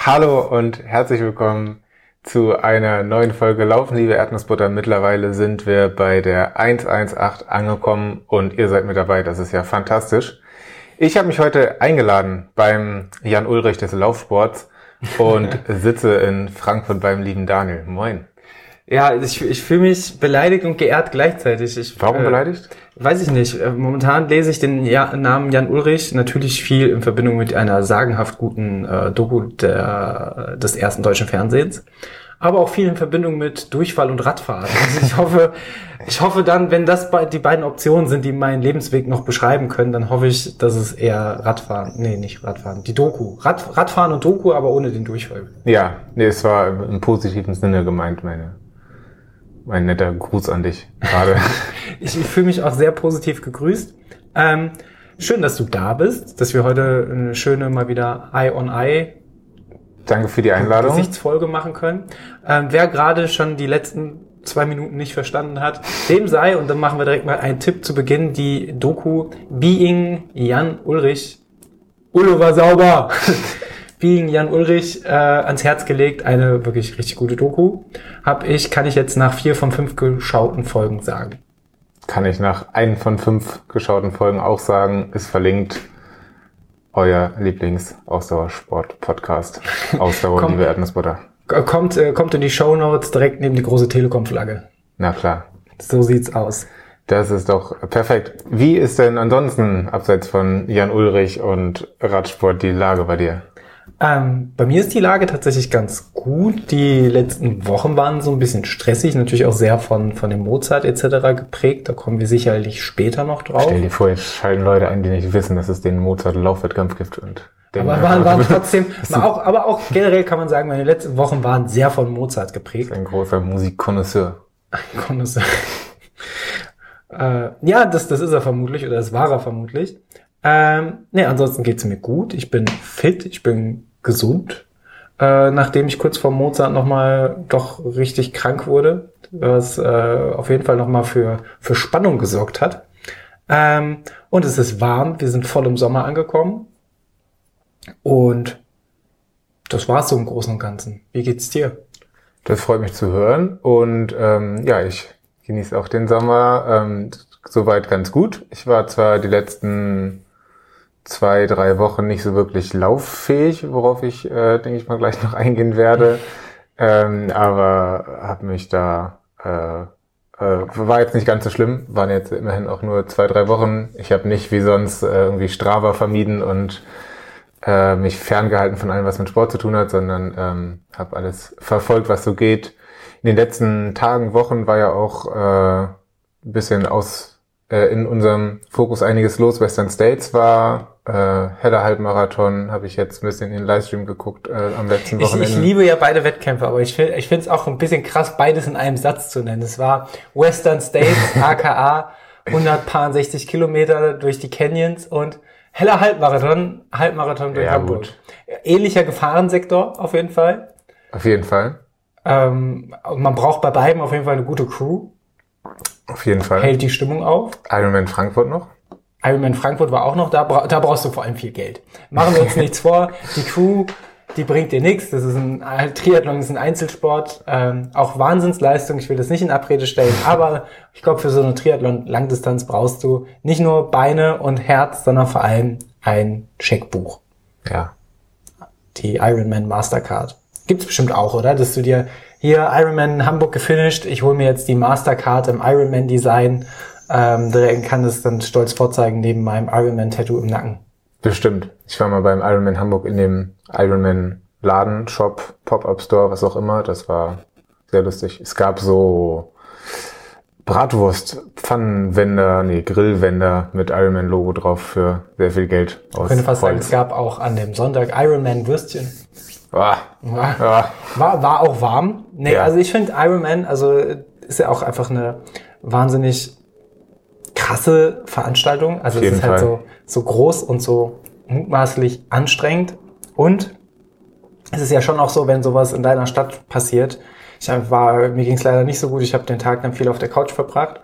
Hallo und herzlich willkommen zu einer neuen Folge Laufen, liebe Erdnussbutter. Mittlerweile sind wir bei der 118 angekommen und ihr seid mit dabei. Das ist ja fantastisch. Ich habe mich heute eingeladen beim Jan Ulrich des Laufsports und sitze in Frankfurt beim lieben Daniel. Moin. Ja, ich fühle mich beleidigt und geehrt gleichzeitig. Warum beleidigt? Weiß ich nicht. Momentan lese ich den Namen Jan Ulrich natürlich viel in Verbindung mit einer sagenhaft guten Doku des ersten deutschen Fernsehens, aber auch viel in Verbindung mit Durchfall und Radfahren. Also ich hoffe dann, wenn das die beiden Optionen sind, die meinen Lebensweg noch beschreiben können, dann hoffe ich, dass es eher nicht Radfahren, die Doku. Radfahren und Doku, aber ohne den Durchfall. Ja, nee, es war im positiven Sinne gemeint, mein netter Gruß an dich gerade. Ich fühle mich auch sehr positiv gegrüßt. Schön, dass du da bist, dass wir heute eine schöne mal wieder Eye-on-Eye Danke für die Einladung. Gesichtsfolge machen können. Wer gerade schon die letzten 2 Minuten nicht verstanden hat, dem sei, und dann machen wir direkt mal einen Tipp zu Beginn, die Doku Being Jan Ulrich. Ulle war sauber! Being Jan Ulrich ans Herz gelegt, eine wirklich richtig gute Doku. Kann ich jetzt nach 4 von 5 geschauten Folgen sagen. Kann ich nach 1 von 5 geschauten Folgen auch sagen, ist verlinkt. Euer Lieblings-Ausdauersport-Podcast. Ausdauer, liebe Erdnussbutter. Kommt in die Shownotes direkt neben die große Telekom-Flagge. Na klar. So sieht's aus. Das ist doch perfekt. Wie ist denn ansonsten, abseits von Jan Ulrich und Radsport, die Lage bei dir? Bei mir ist die Lage tatsächlich ganz gut. Die letzten Wochen waren so ein bisschen stressig, natürlich auch sehr von dem Mozart etc. geprägt. Da kommen wir sicherlich später noch drauf. Stell dir vor, jetzt schalten Leute ein, die nicht wissen, dass es den Mozart-Laufwettkampf gibt. Aber waren trotzdem, aber auch generell kann man sagen, meine letzten Wochen waren sehr von Mozart geprägt. Ein großer Musikkonnoisseur. Ein Konnoisseur. Ja, das ist er vermutlich, oder das war er vermutlich. Ansonsten geht's mir gut. Ich bin fit, ich bin gesund. Nachdem ich kurz vor Mozart nochmal doch richtig krank wurde, was auf jeden Fall nochmal für Spannung gesorgt hat. Und es ist warm, wir sind voll im Sommer angekommen. Und das war's so im Großen und Ganzen. Wie geht's dir? Das freut mich zu hören. Und ich genieße auch den Sommer soweit ganz gut. Ich war zwar die letzten 2-3 Wochen nicht so wirklich lauffähig, worauf ich, denke ich mal, gleich noch eingehen werde. Aber habe mich da, war jetzt nicht ganz so schlimm, waren jetzt immerhin auch nur 2-3 Wochen. Ich habe nicht wie sonst irgendwie Strava vermieden und mich ferngehalten von allem, was mit Sport zu tun hat, sondern habe alles verfolgt, was so geht. In den letzten Tagen, Wochen war ja auch ein bisschen in unserem Fokus einiges los. Western States war Heller Halbmarathon, habe ich jetzt ein bisschen in den Livestream geguckt am letzten Wochenende. Ich liebe ja beide Wettkämpfe, aber ich finde es auch ein bisschen krass, beides in einem Satz zu nennen. Es war Western States, aka 160 Kilometer durch die Canyons und Heller Halbmarathon durch Hamburg. Gut. Ähnlicher Gefahrensektor auf jeden Fall. Auf jeden Fall. Man braucht bei beiden auf jeden Fall eine gute Crew. Auf jeden Fall. Hält die Stimmung auf. Ironman Frankfurt noch? Ironman Frankfurt war auch noch da. Da brauchst du vor allem viel Geld. Machen wir uns nichts vor. Die Crew, die bringt dir nichts. Das ist Triathlon ist ein Einzelsport. Auch Wahnsinnsleistung. Ich will das nicht in Abrede stellen. Aber ich glaube, für so eine Triathlon-Langdistanz brauchst du nicht nur Beine und Herz, sondern vor allem ein Scheckbuch. Ja. Die Ironman Mastercard. Gibt's bestimmt auch, oder? Dass du dir hier Ironman in Hamburg gefinisht. Ich hole mir jetzt die Mastercard im Ironman-Design. Kann es dann stolz vorzeigen neben meinem Ironman-Tattoo im Nacken. Bestimmt. Ich war mal beim Ironman Hamburg in dem Ironman-Laden, Shop, Pop-Up-Store, was auch immer. Das war sehr lustig. Es gab so Grillwender mit Ironman-Logo drauf für sehr viel Geld aus Ich könnte fast sagen, es gab auch an dem Sonntag Ironman-Würstchen. War auch warm. Nee, ja. Also ich finde Ironman, ist ja auch einfach eine wahnsinnig krasse Veranstaltung. Also es ist halt so groß und so mutmaßlich anstrengend. Und es ist ja schon auch so, wenn sowas in deiner Stadt passiert. Mir ging es leider nicht so gut. Ich habe den Tag dann viel auf der Couch verbracht.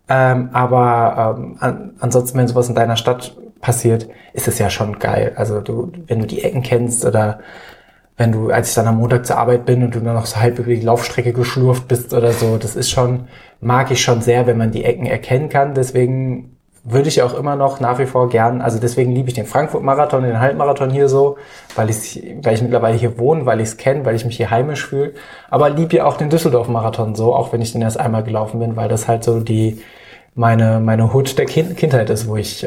Ansonsten, wenn sowas in deiner Stadt passiert, ist es ja schon geil. Also wenn du die Ecken kennst oder als ich dann am Montag zur Arbeit bin und du dann noch so halb über die Laufstrecke geschlurft bist oder so, das ist schon, mag ich schon sehr, wenn man die Ecken erkennen kann. Deswegen würde ich auch immer noch nach wie vor gern, also deswegen liebe ich den Frankfurt-Marathon, den Halbmarathon hier so, weil ich mittlerweile hier wohne, weil ich es kenne, weil ich mich hier heimisch fühle. Aber liebe ja auch den Düsseldorf-Marathon so, auch wenn ich den erst einmal gelaufen bin, weil das halt so meine Hood der Kindheit ist, wo ich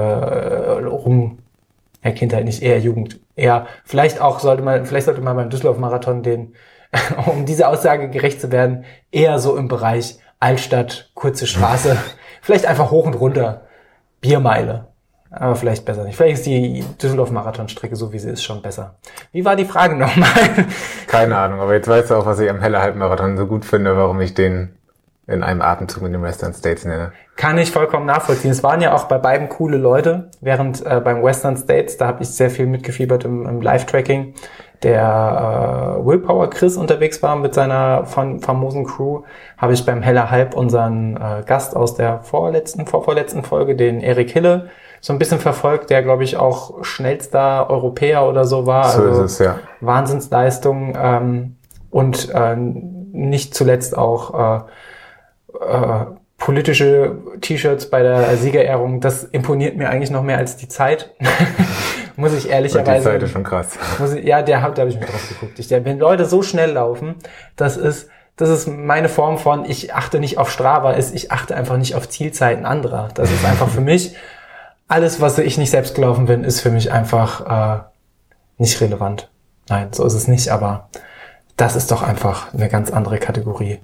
Kindheit nicht, eher Jugend, eher, vielleicht sollte man beim Düsseldorf-Marathon um diese Aussage gerecht zu werden, eher so im Bereich Altstadt, kurze Straße, vielleicht einfach hoch und runter, Biermeile, aber vielleicht besser nicht. Vielleicht ist die Düsseldorf-Marathon-Strecke, so wie sie ist, schon besser. Wie war die Frage nochmal? Keine Ahnung, aber jetzt weißt du auch, was ich am Heller Halbmarathon so gut finde, warum ich den in einem Atemzug mit den Western States nenne. Kann ich vollkommen nachvollziehen. Es waren ja auch bei beiden coole Leute, während beim Western States, da habe ich sehr viel mitgefiebert im Live-Tracking, der Willpower Chris unterwegs war mit seiner famosen Crew, habe ich beim Heller Halb unseren Gast aus der vorvorletzten Folge, den Erik Hille, so ein bisschen verfolgt, der, glaube ich, auch schnellster Europäer oder so war. So also ist es, ja. Wahnsinnsleistung und nicht zuletzt auch politische T-Shirts bei der Siegerehrung, das imponiert mir eigentlich noch mehr als die Zeit. Muss ich ehrlicherweise. Und die Zeit ist schon krass. Da habe ich mir drauf geguckt. Wenn Leute so schnell laufen, das ist meine Form von, ich achte nicht auf Strava, ich achte einfach nicht auf Zielzeiten anderer. Das ist einfach für mich, alles, was ich nicht selbst gelaufen bin, ist für mich einfach nicht relevant. Nein, so ist es nicht, aber das ist doch einfach eine ganz andere Kategorie.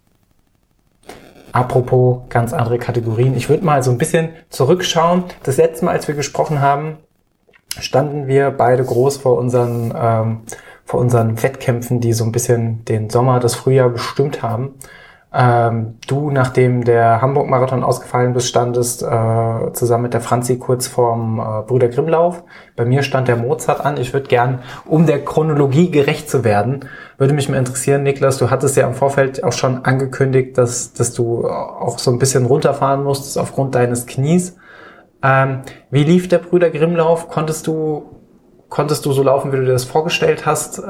Apropos ganz andere Kategorien. Ich würde mal so ein bisschen zurückschauen. Das letzte Mal, als wir gesprochen haben, standen wir beide groß vor unseren Wettkämpfen, die so ein bisschen den Sommer, das Frühjahr bestimmt haben. Du, nachdem der Hamburg-Marathon ausgefallen bist, standest zusammen mit der Franzi kurz vorm Brüder Grimm-Lauf. Bei mir stand der Mozart an. Ich würde gern, um der Chronologie gerecht zu werden, würde mich mal interessieren, Niklas, du hattest ja im Vorfeld auch schon angekündigt, dass du auch so ein bisschen runterfahren musstest aufgrund deines Knies. Wie lief der Brüder Grimm-Lauf? Konntest du so laufen, wie du dir das vorgestellt hast?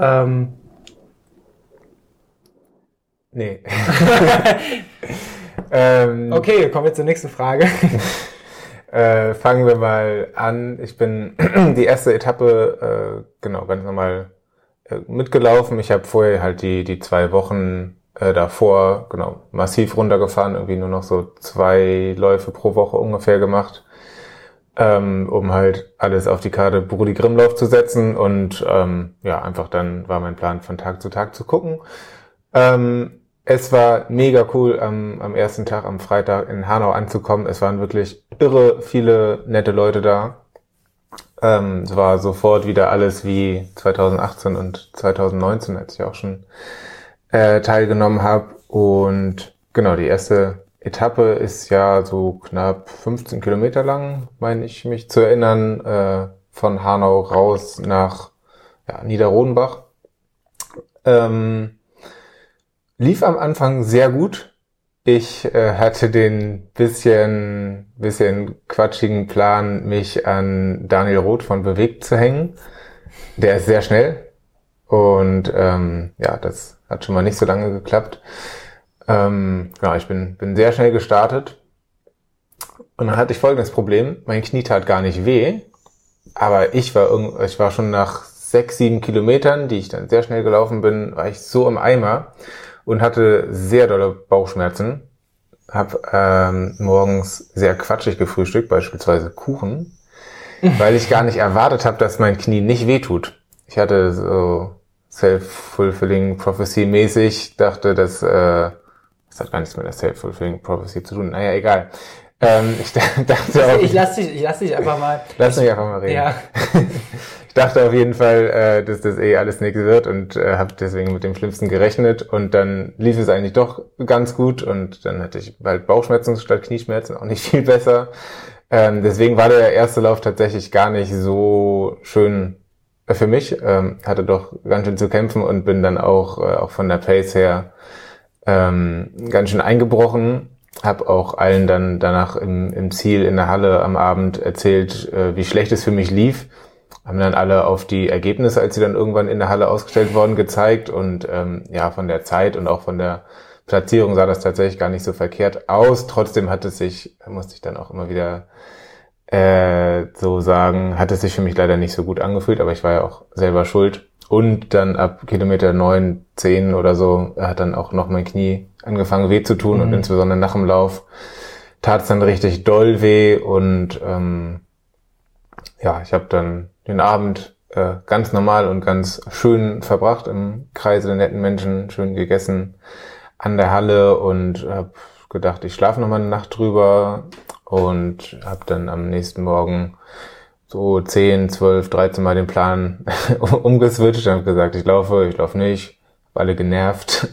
Nee. Okay, kommen wir zur nächsten Frage. Fangen wir mal an. Ich bin die erste Etappe ganz normal mitgelaufen. Ich habe vorher halt die 2 Wochen davor massiv runtergefahren, irgendwie nur noch so 2 Läufe pro Woche ungefähr gemacht, um halt alles auf die Karte Brudi Grimmlauf zu setzen und einfach dann war mein Plan, von Tag zu Tag zu gucken. Es war mega cool, am ersten Tag, am Freitag in Hanau anzukommen. Es waren wirklich irre viele nette Leute da. Es war sofort wieder alles wie 2018 und 2019, als ich auch schon teilgenommen habe. Und genau, die erste Etappe ist ja so knapp 15 Kilometer lang, meine ich mich zu erinnern, von Hanau raus nach Niederrodenbach. Lief am Anfang sehr gut. Ich hatte den bisschen quatschigen Plan, mich an Daniel Roth von Bewegt zu hängen. Der ist sehr schnell und das hat schon mal nicht so lange geklappt. Ich bin sehr schnell gestartet und dann hatte ich folgendes Problem. Mein Knie tat gar nicht weh, aber ich war schon nach 6-7 Kilometern, die ich dann sehr schnell gelaufen bin, war ich so im Eimer und hatte sehr dolle Bauchschmerzen. Hab morgens sehr quatschig gefrühstückt, beispielsweise Kuchen, weil ich gar nicht erwartet habe, dass mein Knie nicht wehtut. Ich hatte so Self-Fulfilling Prophecy mäßig, dachte, das hat gar nichts mit der Self-Fulfilling Prophecy zu tun. Naja, egal. Ich dachte auch, ich lass dich einfach mal. Lass mich einfach mal reden. Ja. Ich dachte auf jeden Fall, dass das alles nichts wird und habe deswegen mit dem Schlimmsten gerechnet und dann lief es eigentlich doch ganz gut und dann hatte ich bald Bauchschmerzen statt Knieschmerzen, auch nicht viel besser. Deswegen war der erste Lauf tatsächlich gar nicht so schön für mich. Hatte doch ganz schön zu kämpfen und bin dann auch von der Pace her ganz schön eingebrochen. Hab auch allen dann danach im Ziel in der Halle am Abend erzählt, wie schlecht es für mich lief. haben dann alle auf die Ergebnisse, als sie dann irgendwann in der Halle ausgestellt wurden, gezeigt und von der Zeit und auch von der Platzierung sah das tatsächlich gar nicht so verkehrt aus. Trotzdem musste ich dann auch immer wieder so sagen, hat es sich für mich leider nicht so gut angefühlt, aber ich war ja auch selber schuld. Und dann ab Kilometer 9, 10 oder so hat dann auch noch mein Knie angefangen weh zu tun und insbesondere nach dem Lauf tat es dann richtig doll weh und ich habe dann den Abend ganz normal und ganz schön verbracht im Kreise der netten Menschen, schön gegessen an der Halle und habe gedacht, ich schlafe noch mal eine Nacht drüber und habe dann am nächsten Morgen so 10, 12, 13 Mal den Plan umgeswitcht und habe gesagt, ich laufe nicht, hab alle genervt.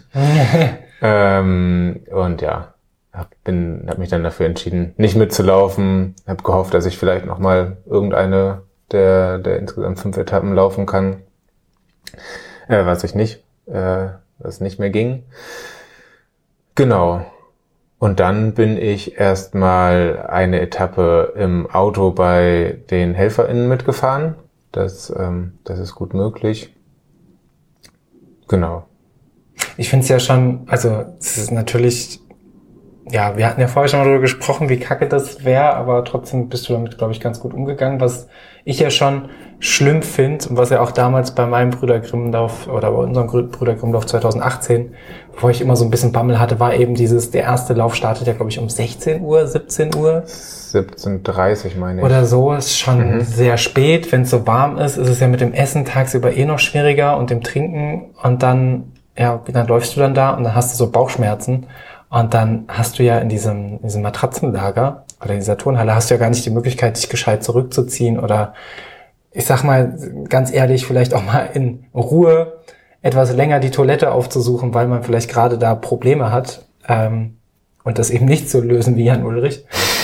Und ja, hab mich dann dafür entschieden, nicht mitzulaufen, habe gehofft, dass ich vielleicht noch mal irgendeine der insgesamt 5 Etappen laufen kann, was nicht mehr ging. Genau. Und dann bin ich erstmal eine Etappe im Auto bei den HelferInnen mitgefahren. Das ist gut möglich. Genau. Ich finde es ja schon, also es ist natürlich, ja, wir hatten ja vorher schon mal darüber gesprochen, wie kacke das wäre, aber trotzdem bist du damit, glaube ich, ganz gut umgegangen. Was ich ja schon schlimm finde und was ja auch damals bei meinem Brüder Grimmlauf oder bei unserem Brüder Grimmlauf 2018, bevor ich immer so ein bisschen Bammel hatte, war eben der erste Lauf startet ja, glaube ich, um 16 Uhr, 17 Uhr. 17:30 meine ich. Oder so, ist schon sehr spät. Wenn es so warm ist es ja mit dem Essen tagsüber noch schwieriger und dem Trinken und dann läufst du dann da und dann hast du so Bauchschmerzen. Und dann hast du ja in diesem Matratzenlager oder in dieser Turnhalle hast du ja gar nicht die Möglichkeit, dich gescheit zurückzuziehen oder ich sag mal ganz ehrlich, vielleicht auch mal in Ruhe etwas länger die Toilette aufzusuchen, weil man vielleicht gerade da Probleme hat und das eben nicht so lösen wie Jan Ulrich.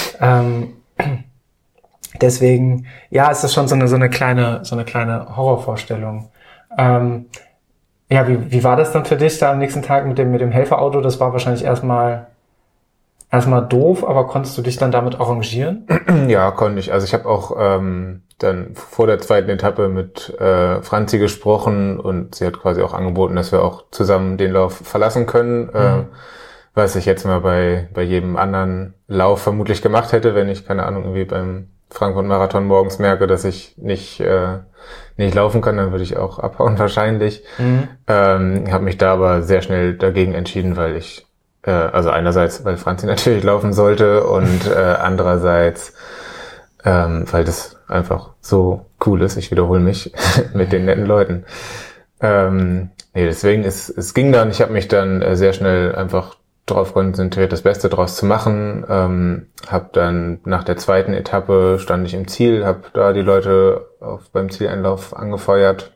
Deswegen, ja, ist das schon so eine kleine Horrorvorstellung. Ja, wie war das dann für dich da am nächsten Tag mit dem Helferauto? Das war wahrscheinlich erstmal doof, aber konntest du dich dann damit arrangieren? Ja, konnte ich. Also ich habe auch dann vor der zweiten Etappe mit Franzi gesprochen und sie hat quasi auch angeboten, dass wir auch zusammen den Lauf verlassen können, was ich jetzt mal bei jedem anderen Lauf vermutlich gemacht hätte, wenn ich, keine Ahnung, irgendwie beim Frankfurt-Marathon morgens merke, dass ich nicht laufen kann, dann würde ich auch abhauen wahrscheinlich. Habe mich da aber sehr schnell dagegen entschieden, weil ich, also einerseits, weil Franzi natürlich laufen sollte und andererseits, weil das einfach so cool ist, ich wiederhole mich, mit den netten Leuten. Deswegen, es ging dann, ich habe mich dann sehr schnell einfach darauf konzentriert, das Beste draus zu machen. Habe dann nach der zweiten Etappe stand ich im Ziel, habe da die Leute beim Zieleinlauf angefeuert.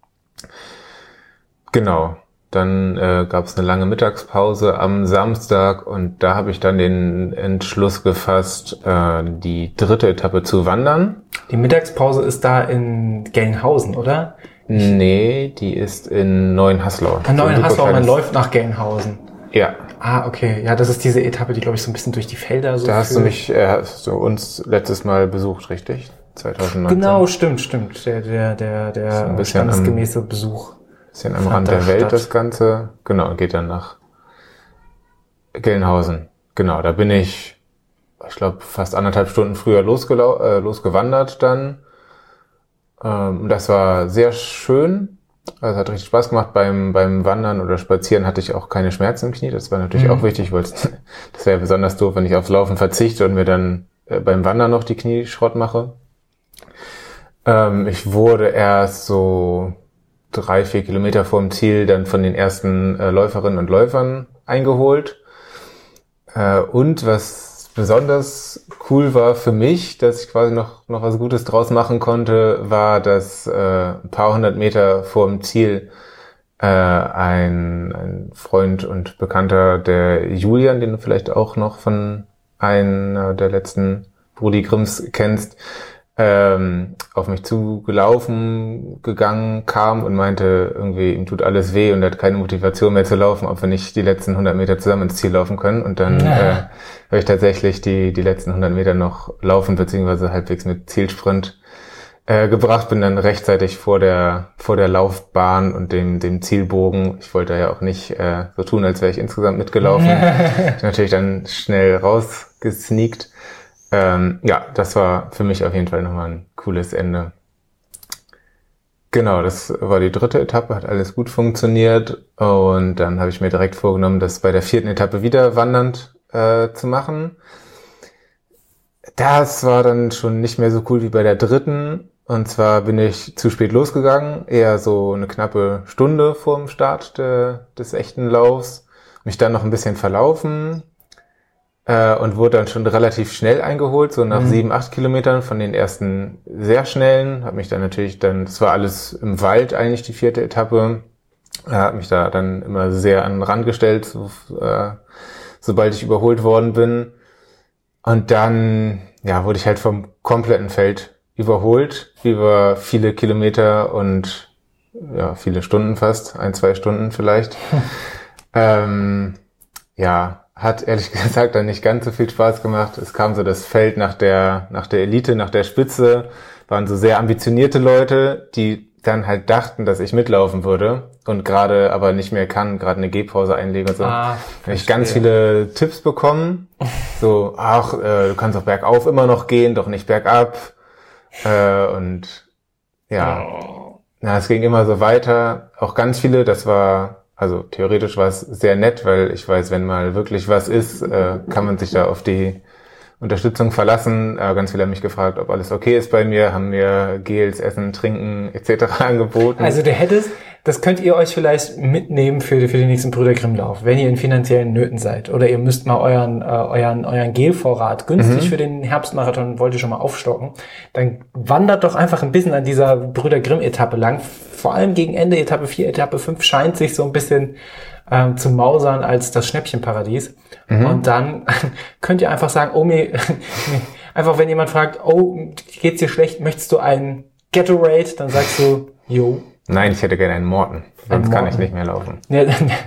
Genau. Dann gab es eine lange Mittagspause am Samstag und da habe ich dann den Entschluss gefasst, die dritte Etappe zu wandern. Die Mittagspause ist da in Gelnhausen, oder? Nee, die ist in Neuenhaslau. In Neuenhaslau, man läuft nach Gelnhausen. Ja. Ah, okay. Ja, das ist diese Etappe, die, glaube ich, so ein bisschen durch die Felder so da hast du uns letztes Mal besucht, richtig? 2019. Genau, stimmt. Der standesgemäße Besuch. Bisschen am Rand der Welt das Ganze. Genau, geht dann nach Gelnhausen. Genau, da bin ich glaube, fast 1,5 Stunden früher losgewandert dann. Das war sehr schön. Also hat richtig Spaß gemacht. Beim Wandern oder Spazieren hatte ich auch keine Schmerzen im Knie. Das war natürlich auch wichtig, weil das wäre besonders doof, wenn ich aufs Laufen verzichte und mir dann beim Wandern noch die Knie Schrott mache. Ich wurde erst so 3-4 Kilometer vorm Ziel dann von den ersten Läuferinnen und Läufern eingeholt. Und was besonders cool war für mich, dass ich quasi noch was Gutes draus machen konnte, war, dass ein paar 100 Meter vorm Ziel ein Freund und Bekannter, der Julian, den du vielleicht auch noch von einer der letzten Brudi Grimms kennst, auf mich gegangen kam und meinte, irgendwie ihm tut alles weh und er hat keine Motivation mehr zu laufen, ob wir nicht die letzten 100 Meter zusammen ins Ziel laufen können. Und dann habe ich tatsächlich die letzten 100 Meter noch laufen, beziehungsweise halbwegs mit Zielsprint gebracht, bin dann rechtzeitig vor der Laufbahn und dem Zielbogen. Ich wollte ja auch nicht so tun, als wäre ich insgesamt mitgelaufen. Natürlich dann schnell rausgesneakt. Ja, das war für mich auf jeden Fall nochmal ein cooles Ende. Genau, das war die 3. Etappe, hat alles gut funktioniert. Und dann habe ich mir direkt vorgenommen, das bei der 4. Etappe wieder wandernd zu machen. Das war dann schon nicht mehr so cool wie bei der 3. Und zwar bin ich zu spät losgegangen, eher so eine knappe Stunde vor dem Start des echten Laufs. Mich dann noch ein bisschen verlaufen und wurde dann schon relativ schnell eingeholt, so nach 7-8 Kilometern von den ersten sehr schnellen. Habe mich dann natürlich das war alles im Wald eigentlich, die 4. Etappe. Habe mich da dann immer sehr an den Rand gestellt, sobald ich überholt worden bin. Und dann wurde ich halt vom kompletten Feld überholt, über viele Kilometer und viele Stunden fast, 1-2 Stunden vielleicht. Hat ehrlich gesagt dann nicht ganz so viel Spaß gemacht. Es kam so das Feld nach der Elite, nach der Spitze, waren so sehr ambitionierte Leute, die dann halt dachten, dass ich mitlaufen würde und gerade aber nicht mehr kann, gerade eine Gehpause einlegen und so. Habe ich ganz viele Tipps bekommen. So, du kannst auch bergauf immer noch gehen, doch nicht bergab. Es ging immer so weiter. Auch ganz viele, theoretisch war es sehr nett, weil ich weiß, wenn mal wirklich was ist, kann man sich da auf die Unterstützung verlassen. Ganz viele haben mich gefragt, ob alles okay ist bei mir, haben mir Gels, Essen, Trinken etc. angeboten. Also das könnt ihr euch vielleicht mitnehmen für den nächsten Brüder Grimm-Lauf, wenn ihr in finanziellen Nöten seid. Oder ihr müsst mal euren Gelvorrat günstig für den Herbstmarathon, wollt ihr schon mal aufstocken. Dann wandert doch einfach ein bisschen an dieser Brüder Grimm-Etappe lang. Vor allem gegen Ende Etappe 4, Etappe 5 scheint sich so ein bisschen zu mausern als das Schnäppchenparadies. Und dann könnt ihr einfach sagen, einfach wenn jemand fragt, geht's dir schlecht, möchtest du einen Gatorade? Dann sagst du, jo. Nein, ich hätte gerne einen Morten, sonst kann ich nicht mehr laufen. Ja,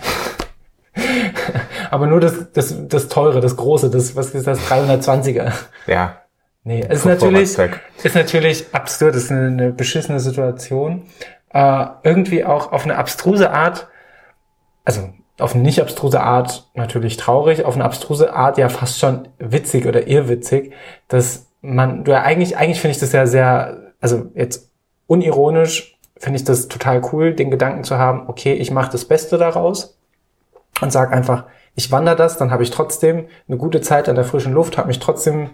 aber nur das teure, das große, was ist das, 320er? Ja. Nee, ist natürlich absurd, ist eine beschissene Situation. Irgendwie auch auf eine abstruse Art, also auf eine nicht abstruse Art natürlich traurig, auf eine abstruse Art ja fast schon witzig oder irrwitzig, dass eigentlich finde ich das ja sehr, also jetzt unironisch, finde ich das total cool, den Gedanken zu haben, okay, ich mache das Beste daraus und sag einfach, ich wandere das, dann habe ich trotzdem eine gute Zeit an der frischen Luft, habe mich trotzdem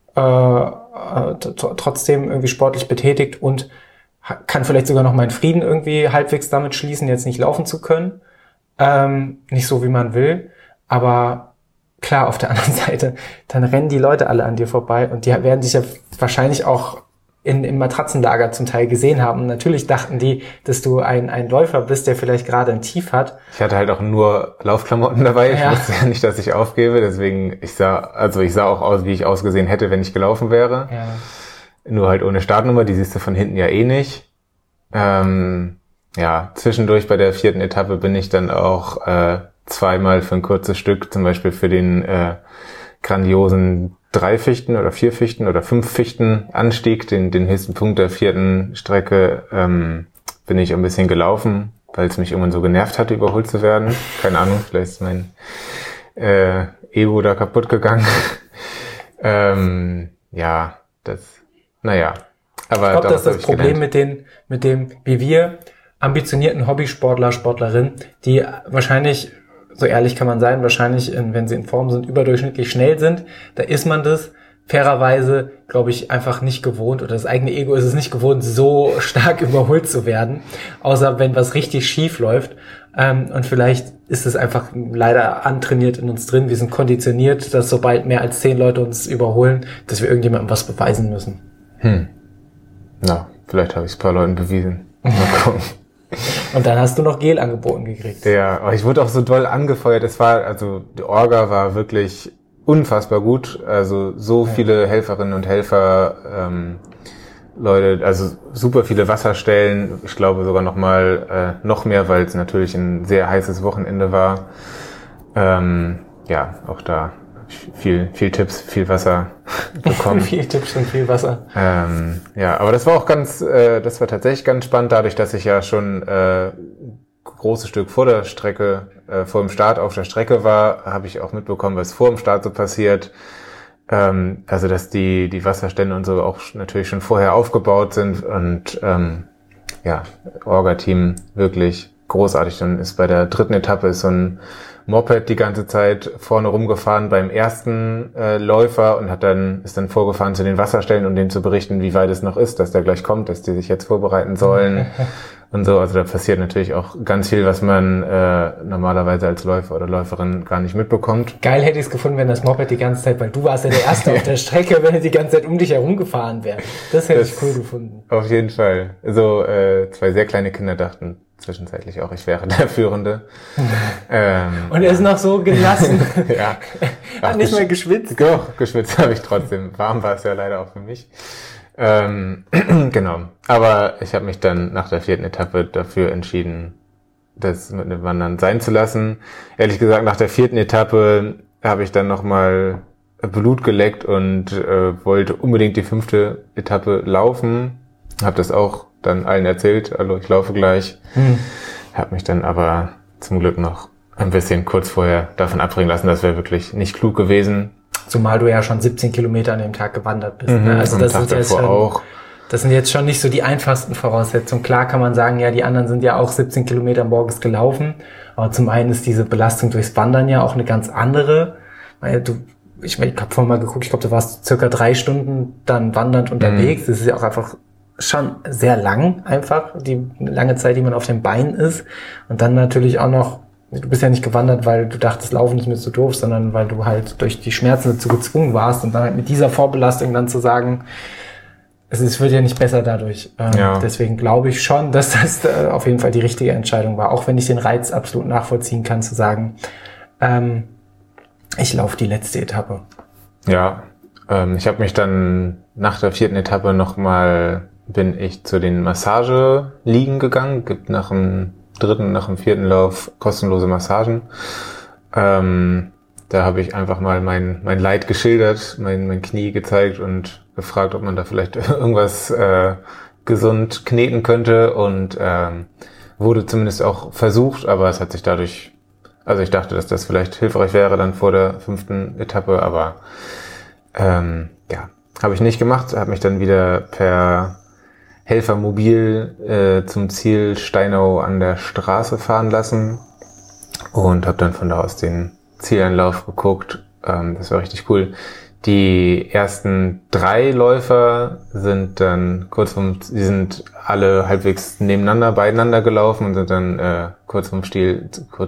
irgendwie sportlich betätigt und kann vielleicht sogar noch meinen Frieden irgendwie halbwegs damit schließen, jetzt nicht laufen zu können. Nicht so, wie man will, aber klar, auf der anderen Seite, dann rennen die Leute alle an dir vorbei und die werden dich ja wahrscheinlich auch im Matratzenlager zum Teil gesehen haben. Und natürlich dachten die, dass du ein Läufer bist, der vielleicht gerade ein Tief hat. Ich hatte halt auch nur Laufklamotten dabei. Ich wusste ja nicht, dass ich aufgebe. Deswegen, ich sah auch aus, wie ich ausgesehen hätte, wenn ich gelaufen wäre. Ja. Nur halt ohne Startnummer. Die siehst du von hinten ja eh nicht. Zwischendurch bei der 4. Etappe bin ich dann auch zweimal für ein kurzes Stück, zum Beispiel für den grandiosen 3 Fichten oder 4 Fichten oder 5 Fichten Anstieg, den höchsten Punkt der 4. Strecke, bin ich ein bisschen gelaufen, weil es mich irgendwann so genervt hatte, überholt zu werden. Keine Ahnung, vielleicht ist mein Ego da kaputt gegangen. Aber ich glaube, das ist das Problem mit dem, wie wir ambitionierten Hobbysportler, Sportlerinnen, die wahrscheinlich, so ehrlich kann man sein, wahrscheinlich, wenn sie in Form sind, überdurchschnittlich schnell sind. Da ist man das fairerweise, glaube ich, einfach nicht gewohnt, oder das eigene Ego ist es nicht gewohnt, so stark überholt zu werden, außer wenn was richtig schief läuft. Und vielleicht ist es einfach leider antrainiert in uns drin. Wir sind konditioniert, dass sobald mehr als 10 Leute uns überholen, dass wir irgendjemandem was beweisen müssen. Na, vielleicht habe ich es ein paar Leuten bewiesen. Mal gucken. Und dann hast du noch Gel angeboten gekriegt. Ja, aber ich wurde auch so doll angefeuert. Die Orga war wirklich unfassbar gut. Also so viele Helferinnen und Helfer, Leute, also super viele Wasserstellen. Ich glaube sogar noch mehr, weil es natürlich ein sehr heißes Wochenende war. Auch da viel Tipps, viel Wasser bekommen. Viel Tipps und viel Wasser. Ja, aber das war auch das war tatsächlich ganz spannend, dadurch, dass ich ja schon großes Stück vor der Strecke, vor dem Start auf der Strecke war, habe ich auch mitbekommen, was vor dem Start so passiert. Also, dass die Wasserstände und so auch natürlich schon vorher aufgebaut sind und Orga-Team wirklich großartig. Dann ist bei der 3. Etappe ist so ein Moped die ganze Zeit vorne rumgefahren beim ersten Läufer und ist dann vorgefahren zu den Wasserstellen, um denen zu berichten, wie weit es noch ist, dass der gleich kommt, dass die sich jetzt vorbereiten sollen und so. Also da passiert natürlich auch ganz viel, was man normalerweise als Läufer oder Läuferin gar nicht mitbekommt. Geil hätte ich es gefunden, wenn das Moped die ganze Zeit, weil du warst ja der Erste auf der Strecke, wenn er die ganze Zeit um dich herum gefahren wäre. Das hätte ich cool gefunden. Auf jeden Fall. Also 2 sehr kleine Kinder dachten zwischenzeitlich auch, ich wäre der Führende. Und er ist noch so gelassen. Ja. Hat nicht mehr geschwitzt. Doch, geschwitzt habe ich trotzdem. Warm war es ja leider auch für mich. Genau. Aber ich habe mich dann nach der 4. Etappe dafür entschieden, das mit dem Wandern sein zu lassen. Ehrlich gesagt, nach der 4. Etappe habe ich dann nochmal Blut geleckt und wollte unbedingt die 5. Etappe laufen. Habe das auch dann allen erzählt, hallo, ich laufe gleich. Habe mich dann aber zum Glück noch ein bisschen kurz vorher davon abbringen lassen. Das wäre wirklich nicht klug gewesen. Zumal du ja schon 17 Kilometer an dem Tag gewandert bist. Ne? Also das sind jetzt schon nicht so die einfachsten Voraussetzungen. Klar kann man sagen, ja, die anderen sind ja auch 17 Kilometer morgens gelaufen. Aber zum einen ist diese Belastung durchs Wandern ja auch eine ganz andere. Weil ich habe vorhin mal geguckt, ich glaube, du warst circa 3 Stunden dann wandernd unterwegs. Das ist ja auch einfach schon sehr lang einfach, die lange Zeit, die man auf dem Bein ist. Und dann natürlich auch noch, du bist ja nicht gewandert, weil du dachtest, Laufen ist mir zu doof, sondern weil du halt durch die Schmerzen dazu gezwungen warst. Und dann halt mit dieser Vorbelastung dann zu sagen, es wird ja nicht besser dadurch. Deswegen glaube ich schon, dass das auf jeden Fall die richtige Entscheidung war. Auch wenn ich den Reiz absolut nachvollziehen kann, zu sagen, ich laufe die letzte Etappe. Ja, ich habe mich dann nach der 4. Etappe bin ich zu den Massageliegen gegangen. Gibt nach dem 3., nach dem 4. Lauf kostenlose Massagen. Da habe ich einfach mal mein Leid geschildert, mein Knie gezeigt und gefragt, ob man da vielleicht irgendwas gesund kneten könnte. Und wurde zumindest auch versucht, aber es hat sich dadurch, also ich dachte, dass das vielleicht hilfreich wäre dann vor der 5. Etappe, aber habe ich nicht gemacht. Habe mich dann wieder per Helfermobil zum Ziel Steinau an der Straße fahren lassen und habe dann von da aus den Zieleinlauf geguckt. Das war richtig cool. Die ersten 3 Läufer sind dann die sind alle halbwegs beieinander gelaufen und sind dann kurz vom Stiel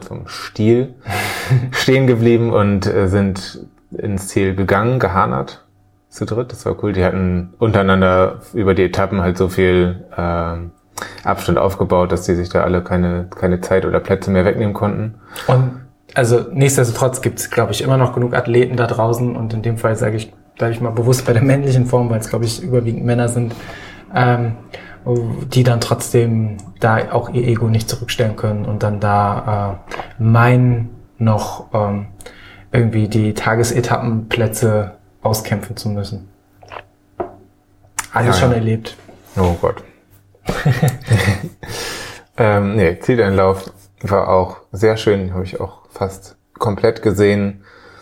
stehen geblieben und sind ins Ziel gegangen, gehanert. Zu dritt, das war cool. Die hatten untereinander über die Etappen halt so viel Abstand aufgebaut, dass die sich da alle keine Zeit oder Plätze mehr wegnehmen konnten. Und also nichtsdestotrotz gibt es, glaube ich, immer noch genug Athleten da draußen und in dem Fall sage ich mal bewusst bei der männlichen Form, weil es, glaube ich, überwiegend Männer sind, die dann trotzdem da auch ihr Ego nicht zurückstellen können und dann da noch irgendwie die Tagesetappenplätze auskämpfen zu müssen. Alles schon erlebt. Oh Gott. Zieleinlauf war auch sehr schön, habe ich auch fast komplett gesehen.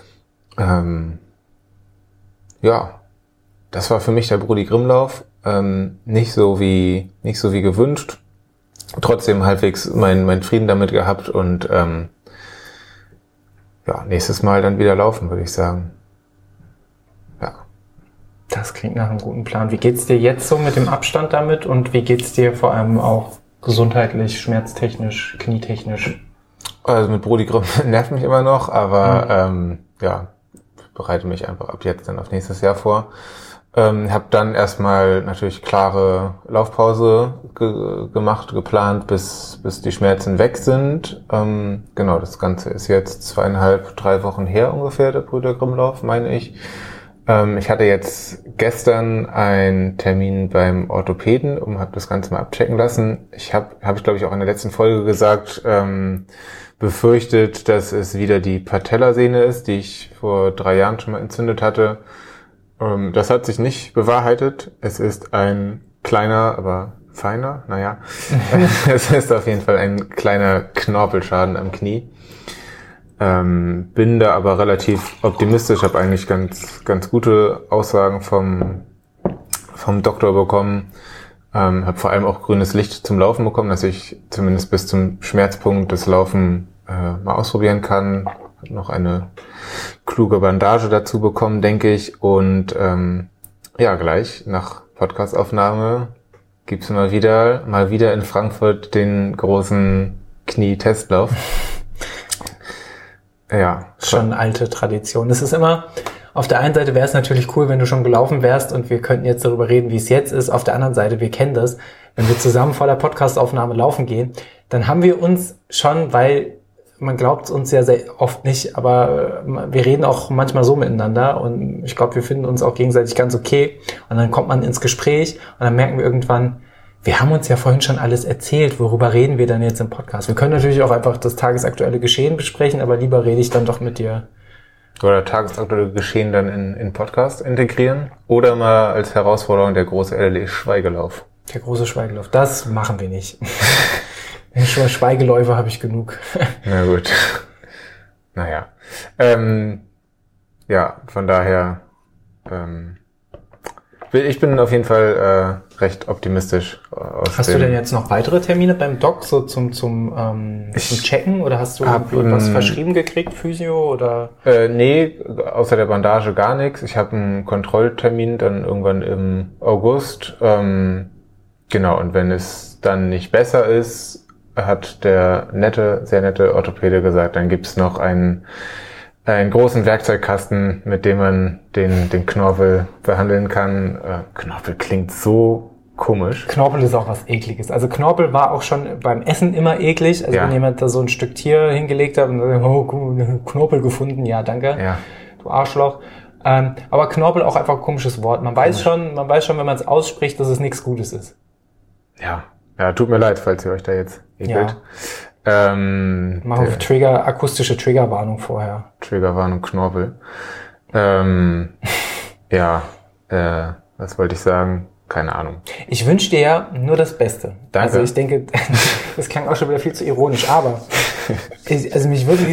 Das war für mich der Brudi Grimm-Lauf. Nicht so wie gewünscht. Trotzdem halbwegs mein Frieden damit gehabt und nächstes Mal dann wieder laufen, würde ich sagen. Das klingt nach einem guten Plan. Wie geht's dir jetzt so mit dem Abstand damit und wie geht's dir vor allem auch gesundheitlich, schmerztechnisch, knietechnisch? Also mit Brudi Grimm nervt mich immer noch, aber bereite mich einfach ab jetzt dann auf nächstes Jahr vor. Habe dann erstmal natürlich klare Laufpause geplant, bis die Schmerzen weg sind. Das Ganze ist jetzt 2,5, 3 Wochen her ungefähr, der Brüder Grimm-Lauf, meine ich. Ich hatte jetzt gestern einen Termin beim Orthopäden und habe das Ganze mal abchecken lassen. Hab ich glaube ich auch in der letzten Folge gesagt, befürchtet, dass es wieder die Patellasehne ist, die ich vor 3 Jahren schon mal entzündet hatte. Das hat sich nicht bewahrheitet. Es ist ein kleiner, aber feiner, naja. Es ist auf jeden Fall ein kleiner Knorpelschaden am Knie. Bin da aber relativ optimistisch, habe eigentlich ganz gute Aussagen vom Doktor bekommen. Habe vor allem auch grünes Licht zum Laufen bekommen, dass ich zumindest bis zum Schmerzpunkt das Laufen mal ausprobieren kann. Hab noch eine kluge Bandage dazu bekommen, denke ich. Und gleich nach Podcastaufnahme gibt's mal wieder in Frankfurt den großen Knie-Testlauf. Ja. Schon alte Tradition. Es ist immer, auf der einen Seite wäre es natürlich cool, wenn du schon gelaufen wärst und wir könnten jetzt darüber reden, wie es jetzt ist. Auf der anderen Seite, wir kennen das, wenn wir zusammen vor der Podcast-Aufnahme laufen gehen, dann haben wir uns schon, weil man glaubt es uns ja sehr oft nicht, aber wir reden auch manchmal so miteinander und ich glaube, wir finden uns auch gegenseitig ganz okay und dann kommt man ins Gespräch und dann merken wir irgendwann, wir haben uns ja vorhin schon alles erzählt, worüber reden wir dann jetzt im Podcast? Wir können natürlich auch einfach das tagesaktuelle Geschehen besprechen, aber lieber rede ich dann doch mit dir. Oder tagesaktuelle Geschehen dann in Podcast integrieren oder mal als Herausforderung der große LLE-Schweigelauf. Der große Schweigelauf, das machen wir nicht. Schweigeläufe habe ich genug. Na gut. Naja. Von daher ich bin auf jeden Fall recht optimistisch. Hast du denn jetzt noch weitere Termine beim Doc, so zum Checken? Oder hast du was verschrieben gekriegt, Physio? Oder? Nee, außer der Bandage gar nichts. Ich habe einen Kontrolltermin dann irgendwann im August. Genau, und wenn es dann nicht besser ist, hat der sehr nette Orthopäde gesagt, dann gibt's noch einen großen Werkzeugkasten, mit dem man den Knorpel behandeln kann. Knorpel klingt so komisch. Knorpel ist auch was Ekliges. Also Knorpel war auch schon beim Essen immer eklig. Also wenn jemand da so ein Stück Tier hingelegt hat und sagt, Knorpel gefunden, ja danke, du Arschloch. Aber Knorpel auch einfach ein komisches Wort. Man weiß schon, wenn man es ausspricht, dass es nichts Gutes ist. Ja, tut mir leid, falls ihr euch da jetzt ekelt. Machen akustische Triggerwarnung vorher. Triggerwarnung Knorpel. Was wollte ich sagen? Keine Ahnung. Ich wünsche dir ja nur das Beste. Danke. Also ich denke, das klang auch schon wieder viel zu ironisch, aber mich würde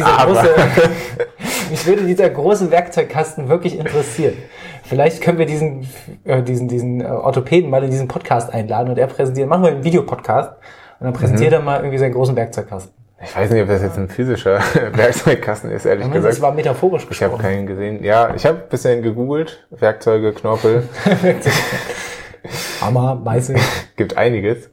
dieser große Werkzeugkasten wirklich interessieren. Vielleicht können wir diesen Orthopäden mal in diesen Podcast einladen und er präsentiert, machen wir einen Videopodcast und dann präsentiert er mal irgendwie seinen großen Werkzeugkasten. Ich weiß nicht, ob das jetzt ein physischer Werkzeugkasten ist, ehrlich gesagt. Das war metaphorisch gesprochen. Ich habe keinen gesehen. Ja, ich habe ein bisschen gegoogelt. Werkzeuge, Knorpel. Hammer, Meißel. Gibt einiges.